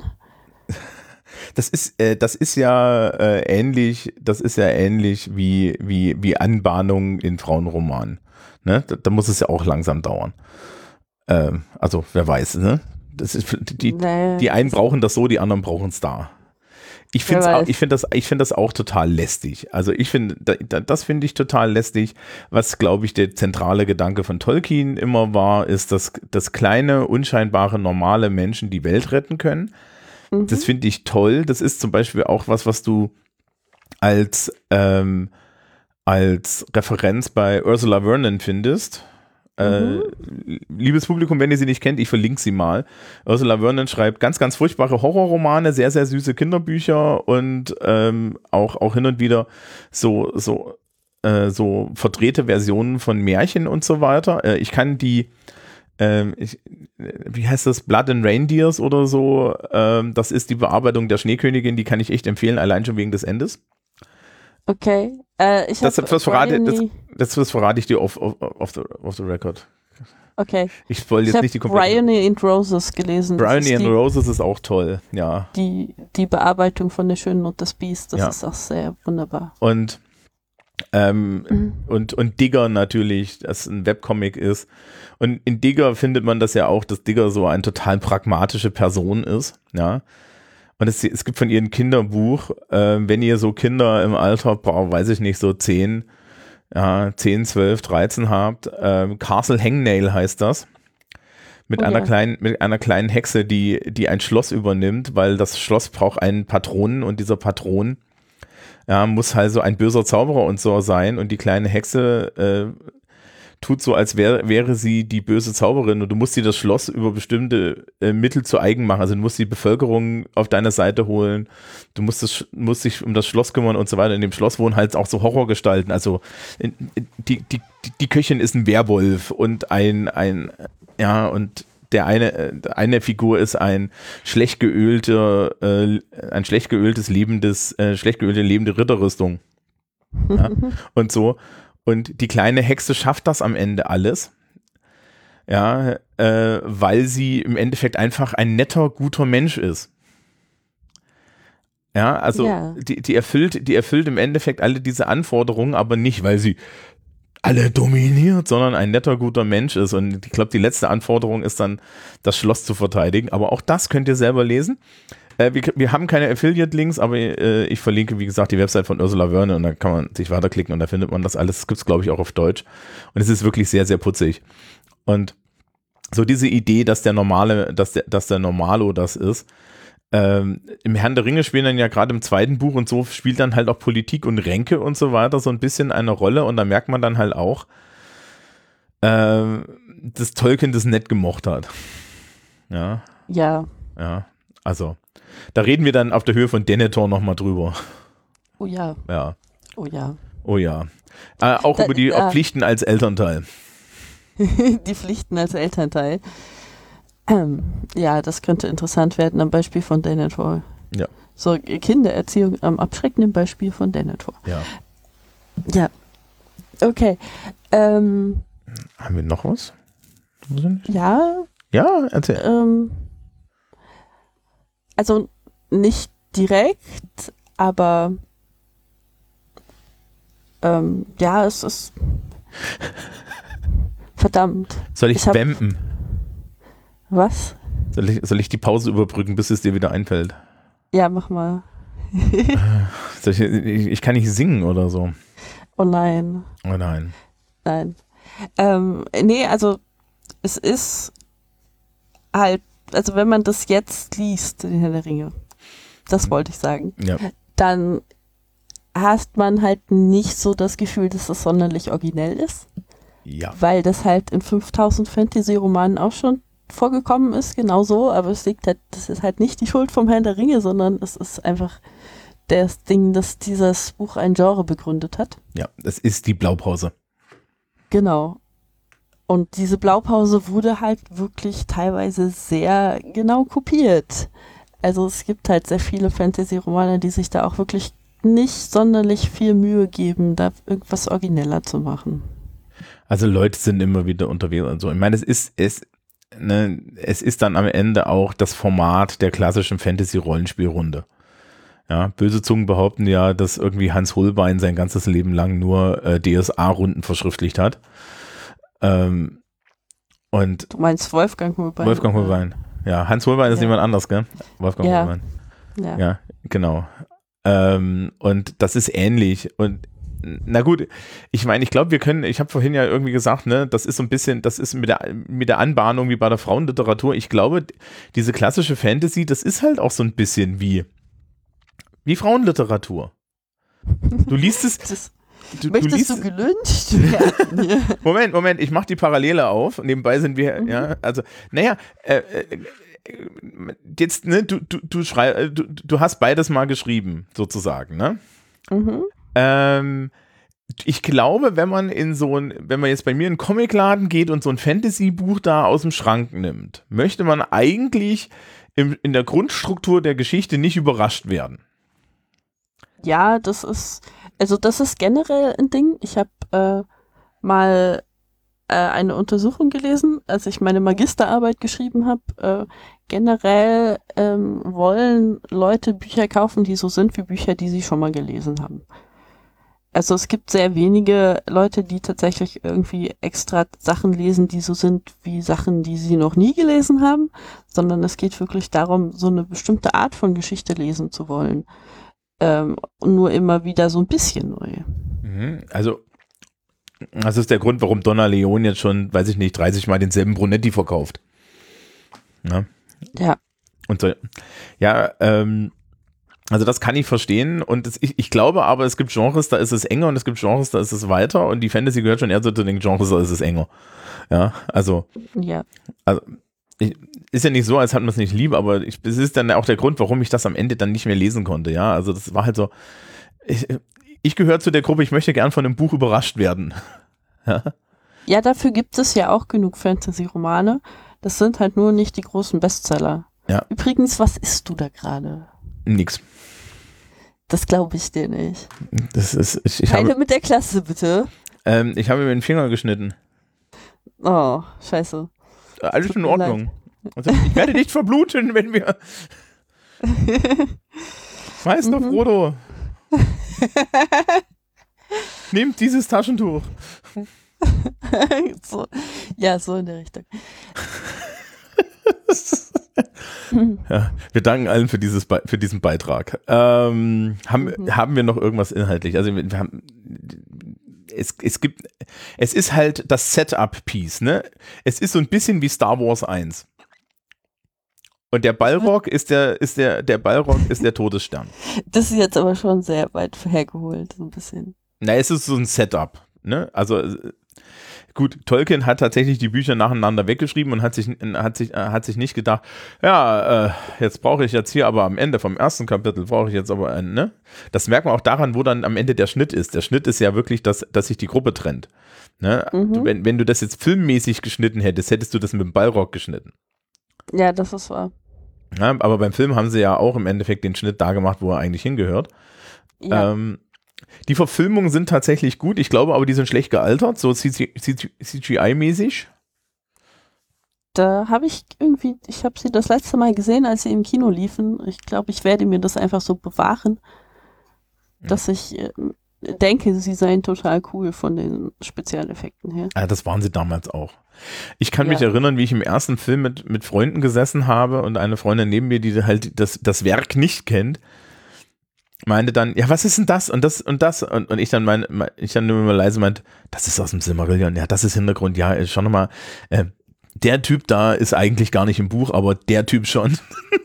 Das ist, äh, das ist ja äh, ähnlich, das ist ja ähnlich wie, wie, wie Anbahnung in Frauenromanen. Ne? Da, da muss es ja auch langsam dauern. Ähm, also, wer weiß, ne? Das ist, die, Nee, die einen brauchen das so, die anderen brauchen es da. Ich finde Wer weiß. ich find das, ich find das auch total lästig. Also ich finde, da, das finde ich total lästig. Was, glaube ich, der zentrale Gedanke von Tolkien immer war, ist, dass, dass kleine, unscheinbare, normale Menschen die Welt retten können. Mhm. Das finde ich toll. Das ist zum Beispiel auch was, was du als, ähm, als Referenz bei Ursula Vernon findest. Äh, liebes Publikum, wenn ihr sie nicht kennt, ich verlinke sie mal. Ursula Vernon schreibt ganz, ganz furchtbare Horrorromane, sehr, sehr süße Kinderbücher und ähm, auch, auch hin und wieder so, so, äh, so verdrehte Versionen von Märchen und so weiter. Äh, ich kann die, ähm, ich, wie heißt das, Blood and Reindeers oder so, ähm, das ist die Bearbeitung der Schneekönigin, die kann ich echt empfehlen, allein schon wegen des Endes. Okay. Äh, ich Das, hab das, verrate, das, Bryony- das, das verrate ich dir off, off, off, the, off the record. Okay. Ich spoil Ich jetzt habe nicht die komplette. Bryony and Roses gelesen. Das Bryony ist and die, Roses ist auch toll, ja. die, die Bearbeitung von Der Schönen und das Biest. Das Ja. ist auch sehr wunderbar. Und, ähm, Mhm. und, und Digger natürlich, das ein Webcomic ist. Und in Digger findet man das ja auch, dass Digger so eine total pragmatische Person ist, ja. Und es, es gibt von ihr ein Kinderbuch, äh, wenn ihr so Kinder im Alter, boah, weiß ich nicht, so zehn, ja, zehn, zwölf, dreizehn habt, äh, Castle Hangnail heißt das. Mit Oh einer ja. kleinen, mit einer kleinen Hexe, die, die ein Schloss übernimmt, weil das Schloss braucht einen Patronen und dieser Patron ja, muss halt so ein böser Zauberer und so sein und die kleine Hexe äh, tut so, als wär, wäre sie die böse Zauberin und du musst dir das Schloss über bestimmte äh, Mittel zu eigen machen. Also du musst die Bevölkerung auf deine Seite holen, du musst, das, musst dich um das Schloss kümmern und so weiter. In dem Schloss wohnen halt auch so Horrorgestalten. Also in, in, die, die, die Köchin ist ein Werwolf und ein, ein ja, und der eine, äh, eine Figur ist ein schlecht geölter, äh, ein schlecht geöltes lebendes, äh, schlecht geölte lebende Ritterrüstung. Ja? Und so. Und die kleine Hexe schafft das am Ende alles, ja, äh, weil sie im Endeffekt einfach ein netter, guter Mensch ist. Ja, also Ja. Die, die erfüllt, die erfüllt im Endeffekt alle diese Anforderungen, aber nicht, weil sie alle dominiert, sondern ein netter, guter Mensch ist. Und ich glaube, die letzte Anforderung ist dann, das Schloss zu verteidigen. Aber auch das könnt ihr selber lesen. Äh, wir, wir haben keine Affiliate-Links, aber äh, ich verlinke, wie gesagt, die Website von Ursula Wörne und da kann man sich weiterklicken und da findet man das alles. Das gibt es, glaube ich, auch auf Deutsch. Und es ist wirklich sehr, sehr putzig. Und so diese Idee, dass der normale, dass der, dass der Normalo das ist, Ähm, im Herrn der Ringe spielen dann ja gerade im zweiten Buch und so spielt dann halt auch Politik und Ränke und so weiter so ein bisschen eine Rolle und da merkt man dann halt auch, äh, dass Tolkien das nett gemocht hat. Ja. Ja. Ja, also da reden wir dann auf der Höhe von Denethor nochmal drüber. Oh ja. Ja. Oh ja. Oh ja. Äh, auch Da, über die da. Pflichten als Elternteil. Die Pflichten als Elternteil. Ähm, ja, das könnte interessant werden am Beispiel von Denethor. Ja. So, Kindererziehung am abschreckenden Beispiel von Denethor. Ja. Ja. Okay. Ähm, Haben wir noch was? ja. Ja, erzähl. Ähm, also nicht direkt, aber ähm, ja, es ist verdammt. Soll ich, ich hab- spammen? Was? Soll ich, soll ich die Pause überbrücken, bis es dir wieder einfällt? Ja, mach mal. Soll ich, ich, ich kann nicht singen oder so. Oh nein. Oh nein. Nein. Ähm, nee, also es ist halt, also wenn man das jetzt liest, den Herr der Ringe, das wollte ich sagen, Ja. dann hast man halt nicht so das Gefühl, dass das sonderlich originell ist, Ja. weil das halt in fünftausend Fantasy-Romanen auch schon vorgekommen ist, genau so, aber es liegt halt, das ist halt nicht die Schuld vom Herrn der Ringe, sondern es ist einfach das Ding, dass dieses Buch ein Genre begründet hat. Ja, das ist die Blaupause. Genau. Und diese Blaupause wurde halt wirklich teilweise sehr genau kopiert. Also es gibt halt sehr viele Fantasy-Romane, die sich da auch wirklich nicht sonderlich viel Mühe geben, da irgendwas origineller zu machen. Also Leute sind immer wieder unterwegs und so. Ich meine, es ist, es, ne, es ist dann am Ende auch das Format der klassischen Fantasy-Rollenspielrunde. Ja, böse Zungen behaupten ja, dass irgendwie Hans Holbein sein ganzes Leben lang nur äh, D S A-Runden verschriftlicht hat. Ähm, und Du meinst Wolfgang Holbein? Wolfgang Holbein. Ja, Hans Holbein ist Ja. jemand anders, gell? Wolfgang Ja. Holbein. Ja. Ja, genau. Ähm, und das ist ähnlich. Und na gut, ich meine, ich glaube, wir können, ich habe vorhin ja irgendwie gesagt, ne, das ist so ein bisschen, das ist mit der, mit der Anbahnung wie bei der Frauenliteratur. Ich glaube, diese klassische Fantasy, das ist halt auch so ein bisschen wie, wie Frauenliteratur. Du liest es. Das, Du, du möchtest liest, du gelünscht werden? Ja. Moment, Moment, ich mache die Parallele auf. Nebenbei sind wir, Mhm. ja, also, naja, äh, äh, jetzt, ne, du, du, du, schrei, du, du hast beides mal geschrieben, sozusagen, ne? Mhm. Ähm, ich glaube, wenn man in so ein, wenn man jetzt bei mir in einen Comicladen geht und so ein Fantasy-Buch da aus dem Schrank nimmt, möchte man eigentlich im, in der Grundstruktur der Geschichte nicht überrascht werden. Ja, das ist, also das ist generell ein Ding. Ich habe äh, mal äh, eine Untersuchung gelesen, als ich meine Magisterarbeit geschrieben habe. Äh, generell ähm, wollen Leute Bücher kaufen, die so sind wie Bücher, die sie schon mal gelesen haben. Also es gibt sehr wenige Leute, die tatsächlich irgendwie extra Sachen lesen, die so sind wie Sachen, die sie noch nie gelesen haben, sondern es geht wirklich darum, so eine bestimmte Art von Geschichte lesen zu wollen. Ähm, nur immer wieder so ein bisschen neu. Mhm, also, das ist der Grund, warum Donna Leon jetzt schon, weiß ich nicht, dreißig Mal denselben Brunetti verkauft. Ja. Ja. Und so, ja, ähm, also das kann ich verstehen und das, ich, ich glaube aber, es gibt Genres, da ist es enger und es gibt Genres, da ist es weiter und die Fantasy gehört schon eher zu den Genres, da ist es enger. Ja, also, Ja. also ich, ist ja nicht so, als hat man es nicht lieb, aber ich, es ist dann auch der Grund, warum ich das am Ende dann nicht mehr lesen konnte. Ja, also das war halt so, ich, ich gehöre zu der Gruppe, ich möchte gern von einem Buch überrascht werden. Ja, Ja, dafür gibt es ja auch genug Fantasy-Romane. Das sind halt nur nicht die großen Bestseller. Ja. Übrigens, was isst du da gerade? nix. Das glaube ich dir nicht. Das ist, ich, ich, Keine habe, mit der Klasse, bitte. ähm, ich habe mir den Finger geschnitten. Oh, scheiße. Alles Tut in mir Ordnung. Also, ich werde nicht verbluten, wenn wir. Meister mhm. Frodo. Nehmt dieses Taschentuch. so. Ja, so in der Richtung. Ja, wir danken allen für, dieses Be- für diesen Beitrag. Ähm, haben, mhm. haben wir noch irgendwas inhaltlich? Also wir haben, es, es gibt, es ist halt das Setup-Piece, ne? Es ist so ein bisschen wie Star Wars eins. Und der Balrog ist der, ist der, der Balrog ist der Todesstern. Das ist jetzt aber schon sehr weit hergeholt, so ein bisschen. Na, es ist so ein Setup, ne? Also gut, Tolkien hat tatsächlich die Bücher nacheinander weggeschrieben und hat sich, hat sich, hat sich nicht gedacht, ja, äh, jetzt brauche ich jetzt hier aber am Ende vom ersten Kapitel brauche ich jetzt aber einen, ne? Das merkt man auch daran, wo dann am Ende der Schnitt ist. Der Schnitt ist ja wirklich, dass, dass sich die Gruppe trennt. Ne? Mhm. Du, wenn, wenn du das jetzt filmmäßig geschnitten hättest, hättest du das mit dem Balrog geschnitten. Ja, das ist wahr. Ja, aber beim Film haben sie ja auch im Endeffekt den Schnitt da gemacht, wo er eigentlich hingehört. Ja. Ähm, die Verfilmungen sind tatsächlich gut. Ich glaube aber, die sind schlecht gealtert, so C G I-mäßig. Da habe ich irgendwie, ich habe sie das letzte Mal gesehen, als sie im Kino liefen. Ich glaube, ich werde mir das einfach so bewahren, ja. dass ich äh, denke, sie seien total cool von den Spezialeffekten her. Ja, das waren sie damals auch. Ich kann ja. mich erinnern, wie ich im ersten Film mit, mit Freunden gesessen habe und eine Freundin neben mir, die halt das, das Werk nicht kennt, meinte dann, ja, was ist denn das und das und das und, und ich dann meine, ich dann nur mal leise meinte, das ist aus dem Silmarillion, ja, das ist Hintergrund, ja, schon nochmal, äh, der Typ da ist eigentlich gar nicht im Buch, aber der Typ schon.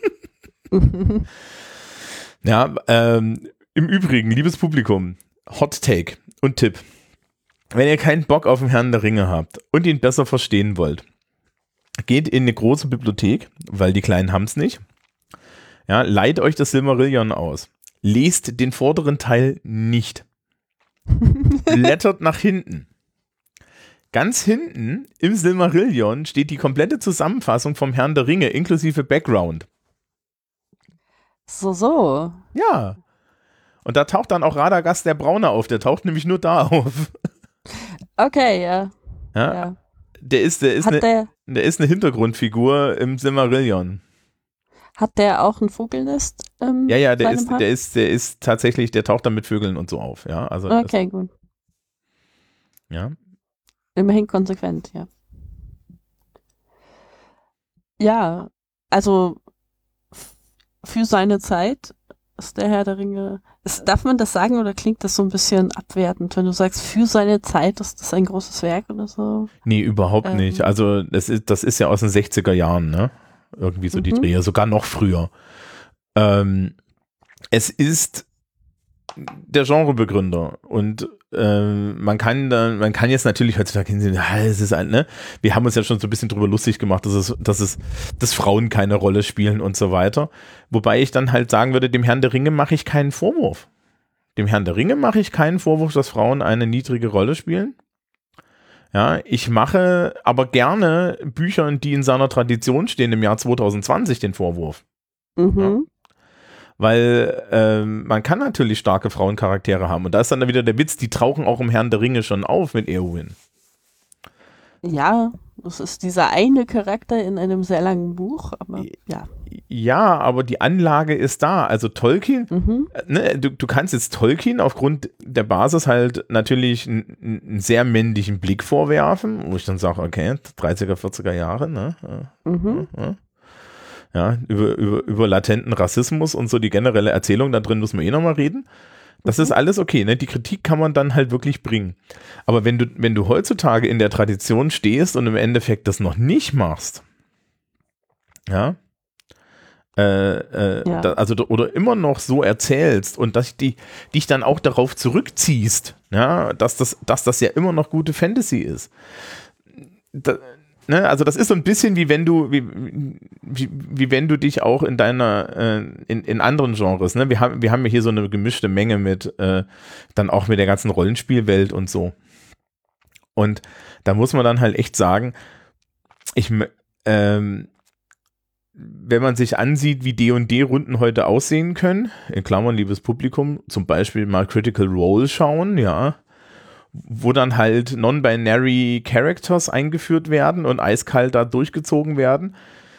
Ja, ähm, im Übrigen, liebes Publikum, Hot Take und Tipp. Wenn ihr keinen Bock auf den Herrn der Ringe habt und ihn besser verstehen wollt, geht in eine große Bibliothek, weil die Kleinen haben es nicht. Ja, leiht euch das Silmarillion aus. Lest den vorderen Teil nicht. Blättert nach hinten. Ganz hinten im Silmarillion steht die komplette Zusammenfassung vom Herrn der Ringe inklusive Background. So, so. Ja. Und da taucht dann auch Radagast der Braune auf. Der taucht nämlich nur da auf. Okay, ja. Ja. ja. Der ist, der ist, eine, der, der ist eine Hintergrundfigur im Silmarillion. Hat der auch ein Vogelnest? Ähm, ja, ja, der ist, der ist, der ist tatsächlich, der taucht dann mit Vögeln und so auf. Ja, also okay, das, gut. Ja. Immerhin konsequent, ja. Ja, also für seine Zeit ist der Herr der Ringe. Ist, darf man das sagen oder klingt das so ein bisschen abwertend, wenn du sagst, für seine Zeit ist das ein großes Werk oder so? Nee, überhaupt ähm. nicht. Also das ist, das ist ja aus den sechziger Jahren, ne? Irgendwie so mhm. die Dreher, sogar noch früher. Ähm, es ist der Genrebegründer und äh, man kann dann, man kann jetzt natürlich heutzutage hinsehen, ja, es ist ein, ne? Wir haben uns ja schon so ein bisschen drüber lustig gemacht, dass es, dass es, dass Frauen keine Rolle spielen und so weiter. Wobei ich dann halt sagen würde, dem Herrn der Ringe mache ich keinen Vorwurf. Dem Herrn der Ringe mache ich keinen Vorwurf, dass Frauen eine niedrige Rolle spielen. Ja, ich mache aber gerne Büchern, die in seiner Tradition stehen, im Jahr zwanzig zwanzig den Vorwurf. Mhm. Ja? Weil ähm, man kann natürlich starke Frauencharaktere haben. Und da ist dann wieder der Witz, die tauchen auch im Herrn der Ringe schon auf mit Eowyn. Ja, das ist dieser eine Charakter in einem sehr langen Buch, aber ja. Ja, aber die Anlage ist da. Also Tolkien, mhm. ne, du, du kannst jetzt Tolkien aufgrund der Basis halt natürlich einen, einen sehr männlichen Blick vorwerfen, wo ich dann sage, okay, dreißiger, vierziger Jahre, ne? Mhm. Ja, ja, über, über, über latenten Rassismus und so die generelle Erzählung, da drin müssen wir eh nochmal reden. Das mhm. ist alles okay, ne? Die Kritik kann man dann halt wirklich bringen. Aber wenn du, wenn du heutzutage in der Tradition stehst und im Endeffekt das noch nicht machst, ja, Äh, äh, ja. da, also oder immer noch so erzählst und dass die, dich dann auch darauf zurückziehst, ja, dass das, dass das ja immer noch gute Fantasy ist. Da, ne, also das ist so ein bisschen wie wenn du, wie, wie, wie wenn du dich auch in deiner, äh, in, in anderen Genres, ne, wir haben, wir haben ja hier so eine gemischte Menge mit, äh, dann auch mit der ganzen Rollenspielwelt und so. Und da muss man dann halt echt sagen, ich, ähm, wenn man sich ansieht, wie D und D-Runden heute aussehen können, in Klammern, liebes Publikum, zum Beispiel mal Critical Role schauen, ja, wo dann halt non-binary Characters eingeführt werden und eiskalt da durchgezogen werden,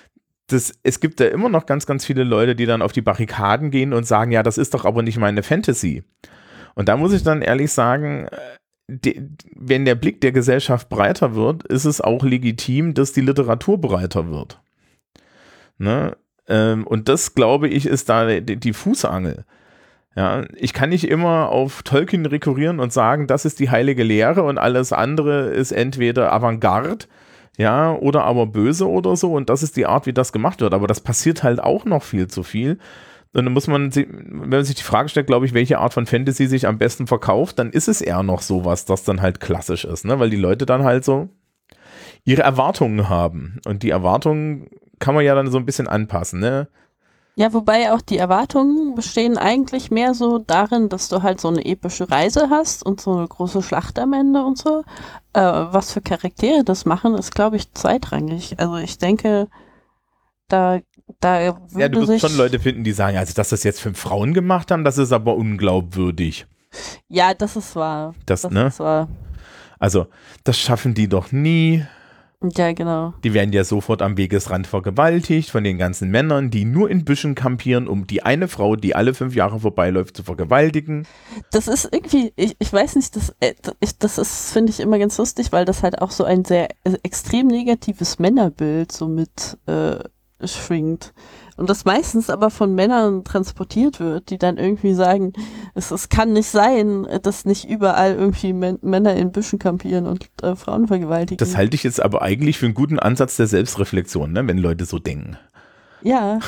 das, es gibt ja immer noch ganz, ganz viele Leute, die dann auf die Barrikaden gehen und sagen, ja, das ist doch aber nicht meine Fantasy. Und da muss ich dann ehrlich sagen, die, wenn der Blick der Gesellschaft breiter wird, ist es auch legitim, dass die Literatur breiter wird. Ne? Ähm, und das, glaube ich, ist da die, die Fußangel. Ja, ich kann nicht immer auf Tolkien rekurrieren und sagen, das ist die heilige Lehre und alles andere ist entweder Avantgarde, ja, oder aber böse oder so, und das ist die Art, wie das gemacht wird. Aber das passiert halt auch noch viel zu viel. Und dann muss man, wenn man sich die Frage stellt, glaube ich, welche Art von Fantasy sich am besten verkauft, dann ist es eher noch sowas, das dann halt klassisch ist, ne? Weil die Leute dann halt so ihre Erwartungen haben. Und die Erwartungen kann man ja dann so ein bisschen anpassen, ne? Ja, wobei auch die Erwartungen bestehen eigentlich mehr so darin, dass du halt so eine epische Reise hast und so eine große Schlacht am Ende und so. Äh, was für Charaktere das machen, ist, glaube ich, zweitrangig. Also ich denke, da, da würde Ja, du wirst sich schon Leute finden, die sagen, also dass das jetzt fünf Frauen gemacht haben, das ist aber unglaubwürdig. Ja, das ist wahr. Das, Das ne? ist wahr. Also, das schaffen die doch nie. Ja, genau. Die werden ja sofort am Wegesrand vergewaltigt von den ganzen Männern, die nur in Büschen kampieren, um die eine Frau, die alle fünf Jahre vorbeiläuft, zu vergewaltigen. Das ist irgendwie, ich, ich weiß nicht, das, äh, ich, das ist, finde ich, immer ganz lustig, weil das halt auch so ein sehr äh, extrem negatives Männerbild so mit äh, schwingt. Und das meistens aber von Männern transportiert wird, die dann irgendwie sagen, es, es kann nicht sein, dass nicht überall irgendwie Män- Männer in Büschen kampieren und äh, Frauen vergewaltigen. Das halte ich jetzt aber eigentlich für einen guten Ansatz der Selbstreflexion, ne, wenn Leute so denken. Ja.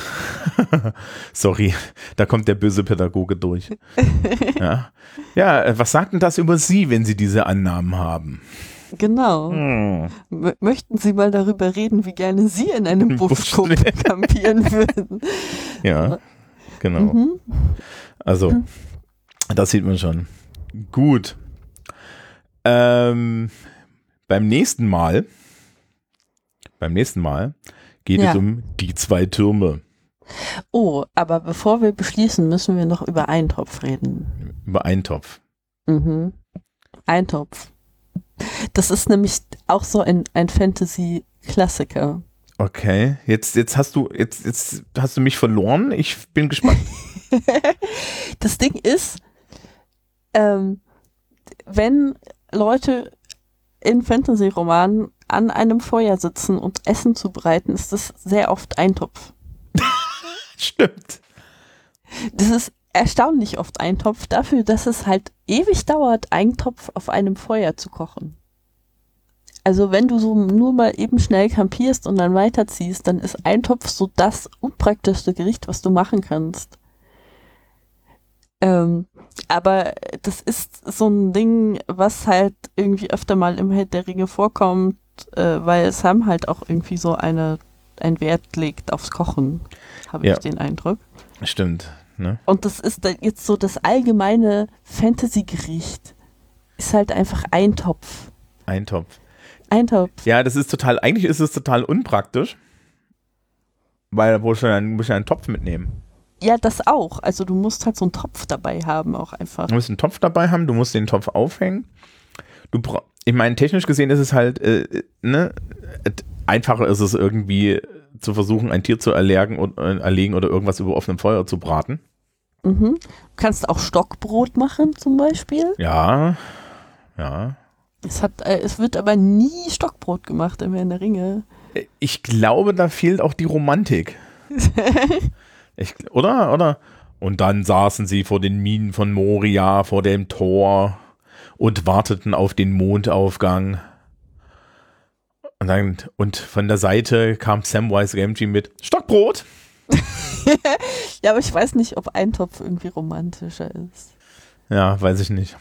Sorry, da kommt der böse Pädagoge durch. Ja. Ja, was sagt denn das über Sie, wenn Sie diese Annahmen haben? Genau. Hm. M- möchten Sie mal darüber reden, wie gerne Sie in einem Buschkup kampieren würden? Ja, genau. Mhm. Also, das sieht man schon. Gut. Ähm, beim nächsten Mal, beim nächsten Mal geht Ja. es um die zwei Türme. Oh, aber bevor wir beschließen, müssen wir noch über Eintopf reden. Über Eintopf. Mhm. Eintopf. Das ist nämlich auch so ein, ein Fantasy-Klassiker. Okay, jetzt, jetzt hast du, jetzt, jetzt hast du mich verloren. Ich bin gespannt. Das Ding ist, ähm, wenn Leute in Fantasy-Romanen an einem Feuer sitzen und Essen zubereiten, ist das sehr oft Eintopf. Stimmt. Das ist erstaunlich oft Eintopf dafür, dass es halt ewig dauert, Eintopf auf einem Feuer zu kochen. Also wenn du so nur mal eben schnell kampierst und dann weiterziehst, dann ist Eintopf so das unpraktischste Gericht, was du machen kannst. Ähm, aber das ist so ein Ding, was halt irgendwie öfter mal im Herr der Ringe vorkommt, äh, weil Sam halt auch irgendwie so eine, einen Wert legt aufs Kochen, habe Ja. ich den Eindruck. Stimmt. Ne? Und das ist dann jetzt so das allgemeine Fantasy-Gericht. Ist halt einfach Eintopf. Eintopf. Eintopf. Ja, das ist total, eigentlich ist es total unpraktisch, weil da musst du einen, musst du einen Topf mitnehmen. Ja, das auch. Also du musst halt so einen Topf dabei haben auch einfach. Du musst einen Topf dabei haben, du musst den Topf aufhängen. Du bra- ich meine, technisch gesehen ist es halt, äh, ne, einfacher ist es irgendwie zu versuchen, ein Tier zu erlegen, oder, äh, erlegen oder irgendwas über offenem Feuer zu braten. Mhm. Du kannst auch Stockbrot machen zum Beispiel. Ja, ja. Es, hat, äh, es wird aber nie Stockbrot gemacht im Herr der Ringe. Ich glaube, da fehlt auch die Romantik. Ich, oder? Oder? Und dann saßen sie vor den Minen von Moria, vor dem Tor und warteten auf den Mondaufgang. Und, dann, und von der Seite kam Samwise Gamgee mit Stockbrot. Ja, aber ich weiß nicht, ob Eintopf irgendwie romantischer ist. Ja, weiß ich nicht.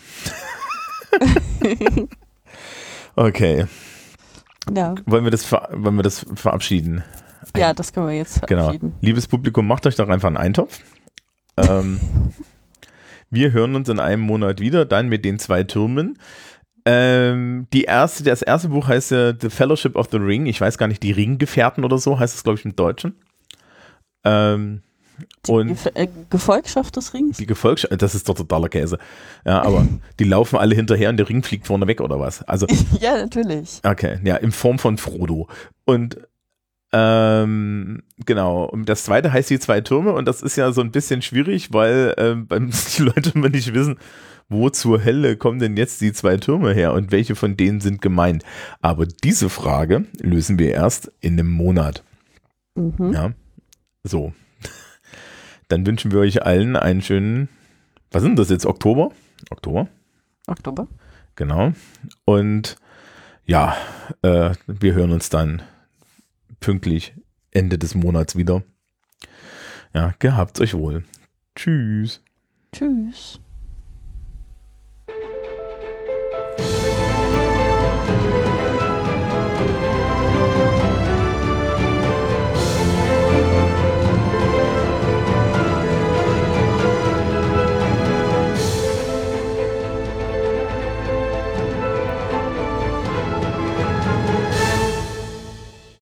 Okay. Ja, Wollen wir das, ver wollen wir das verabschieden? ja, das können wir jetzt Genau. verabschieden. Liebes Publikum, macht euch doch einfach einen Eintopf. ähm, wir hören uns in einem Monat wieder, dann mit den zwei Türmen. Ähm, die erste, das erste Buch heißt ja The Fellowship of the Ring. Ich weiß gar nicht, die Ringgefährten oder so heißt es, glaube ich, im Deutschen. Ähm, Die und Gef äh, Gefolgschaft des Rings? die Gefolgschaft, das ist doch totaler Käse. Ja, aber die laufen alle hinterher und der Ring fliegt vorne weg oder was? Also, Ja, natürlich. okay, ja, in Form von Frodo. Und Ähm, genau. Und das zweite heißt die zwei Türme und das ist ja so ein bisschen schwierig, weil ähm, die Leute immer nicht wissen, wo zur Hölle kommen denn jetzt die zwei Türme her und welche von denen sind gemeint. Aber diese Frage lösen wir erst in einem Monat. Mhm. Ja, so. Dann wünschen wir euch allen einen schönen, was sind das jetzt, Oktober? Oktober? Oktober. Genau. Und ja, äh, wir hören uns dann pünktlich Ende des Monats wieder. Ja, gehabt's euch wohl. Tschüss. Tschüss.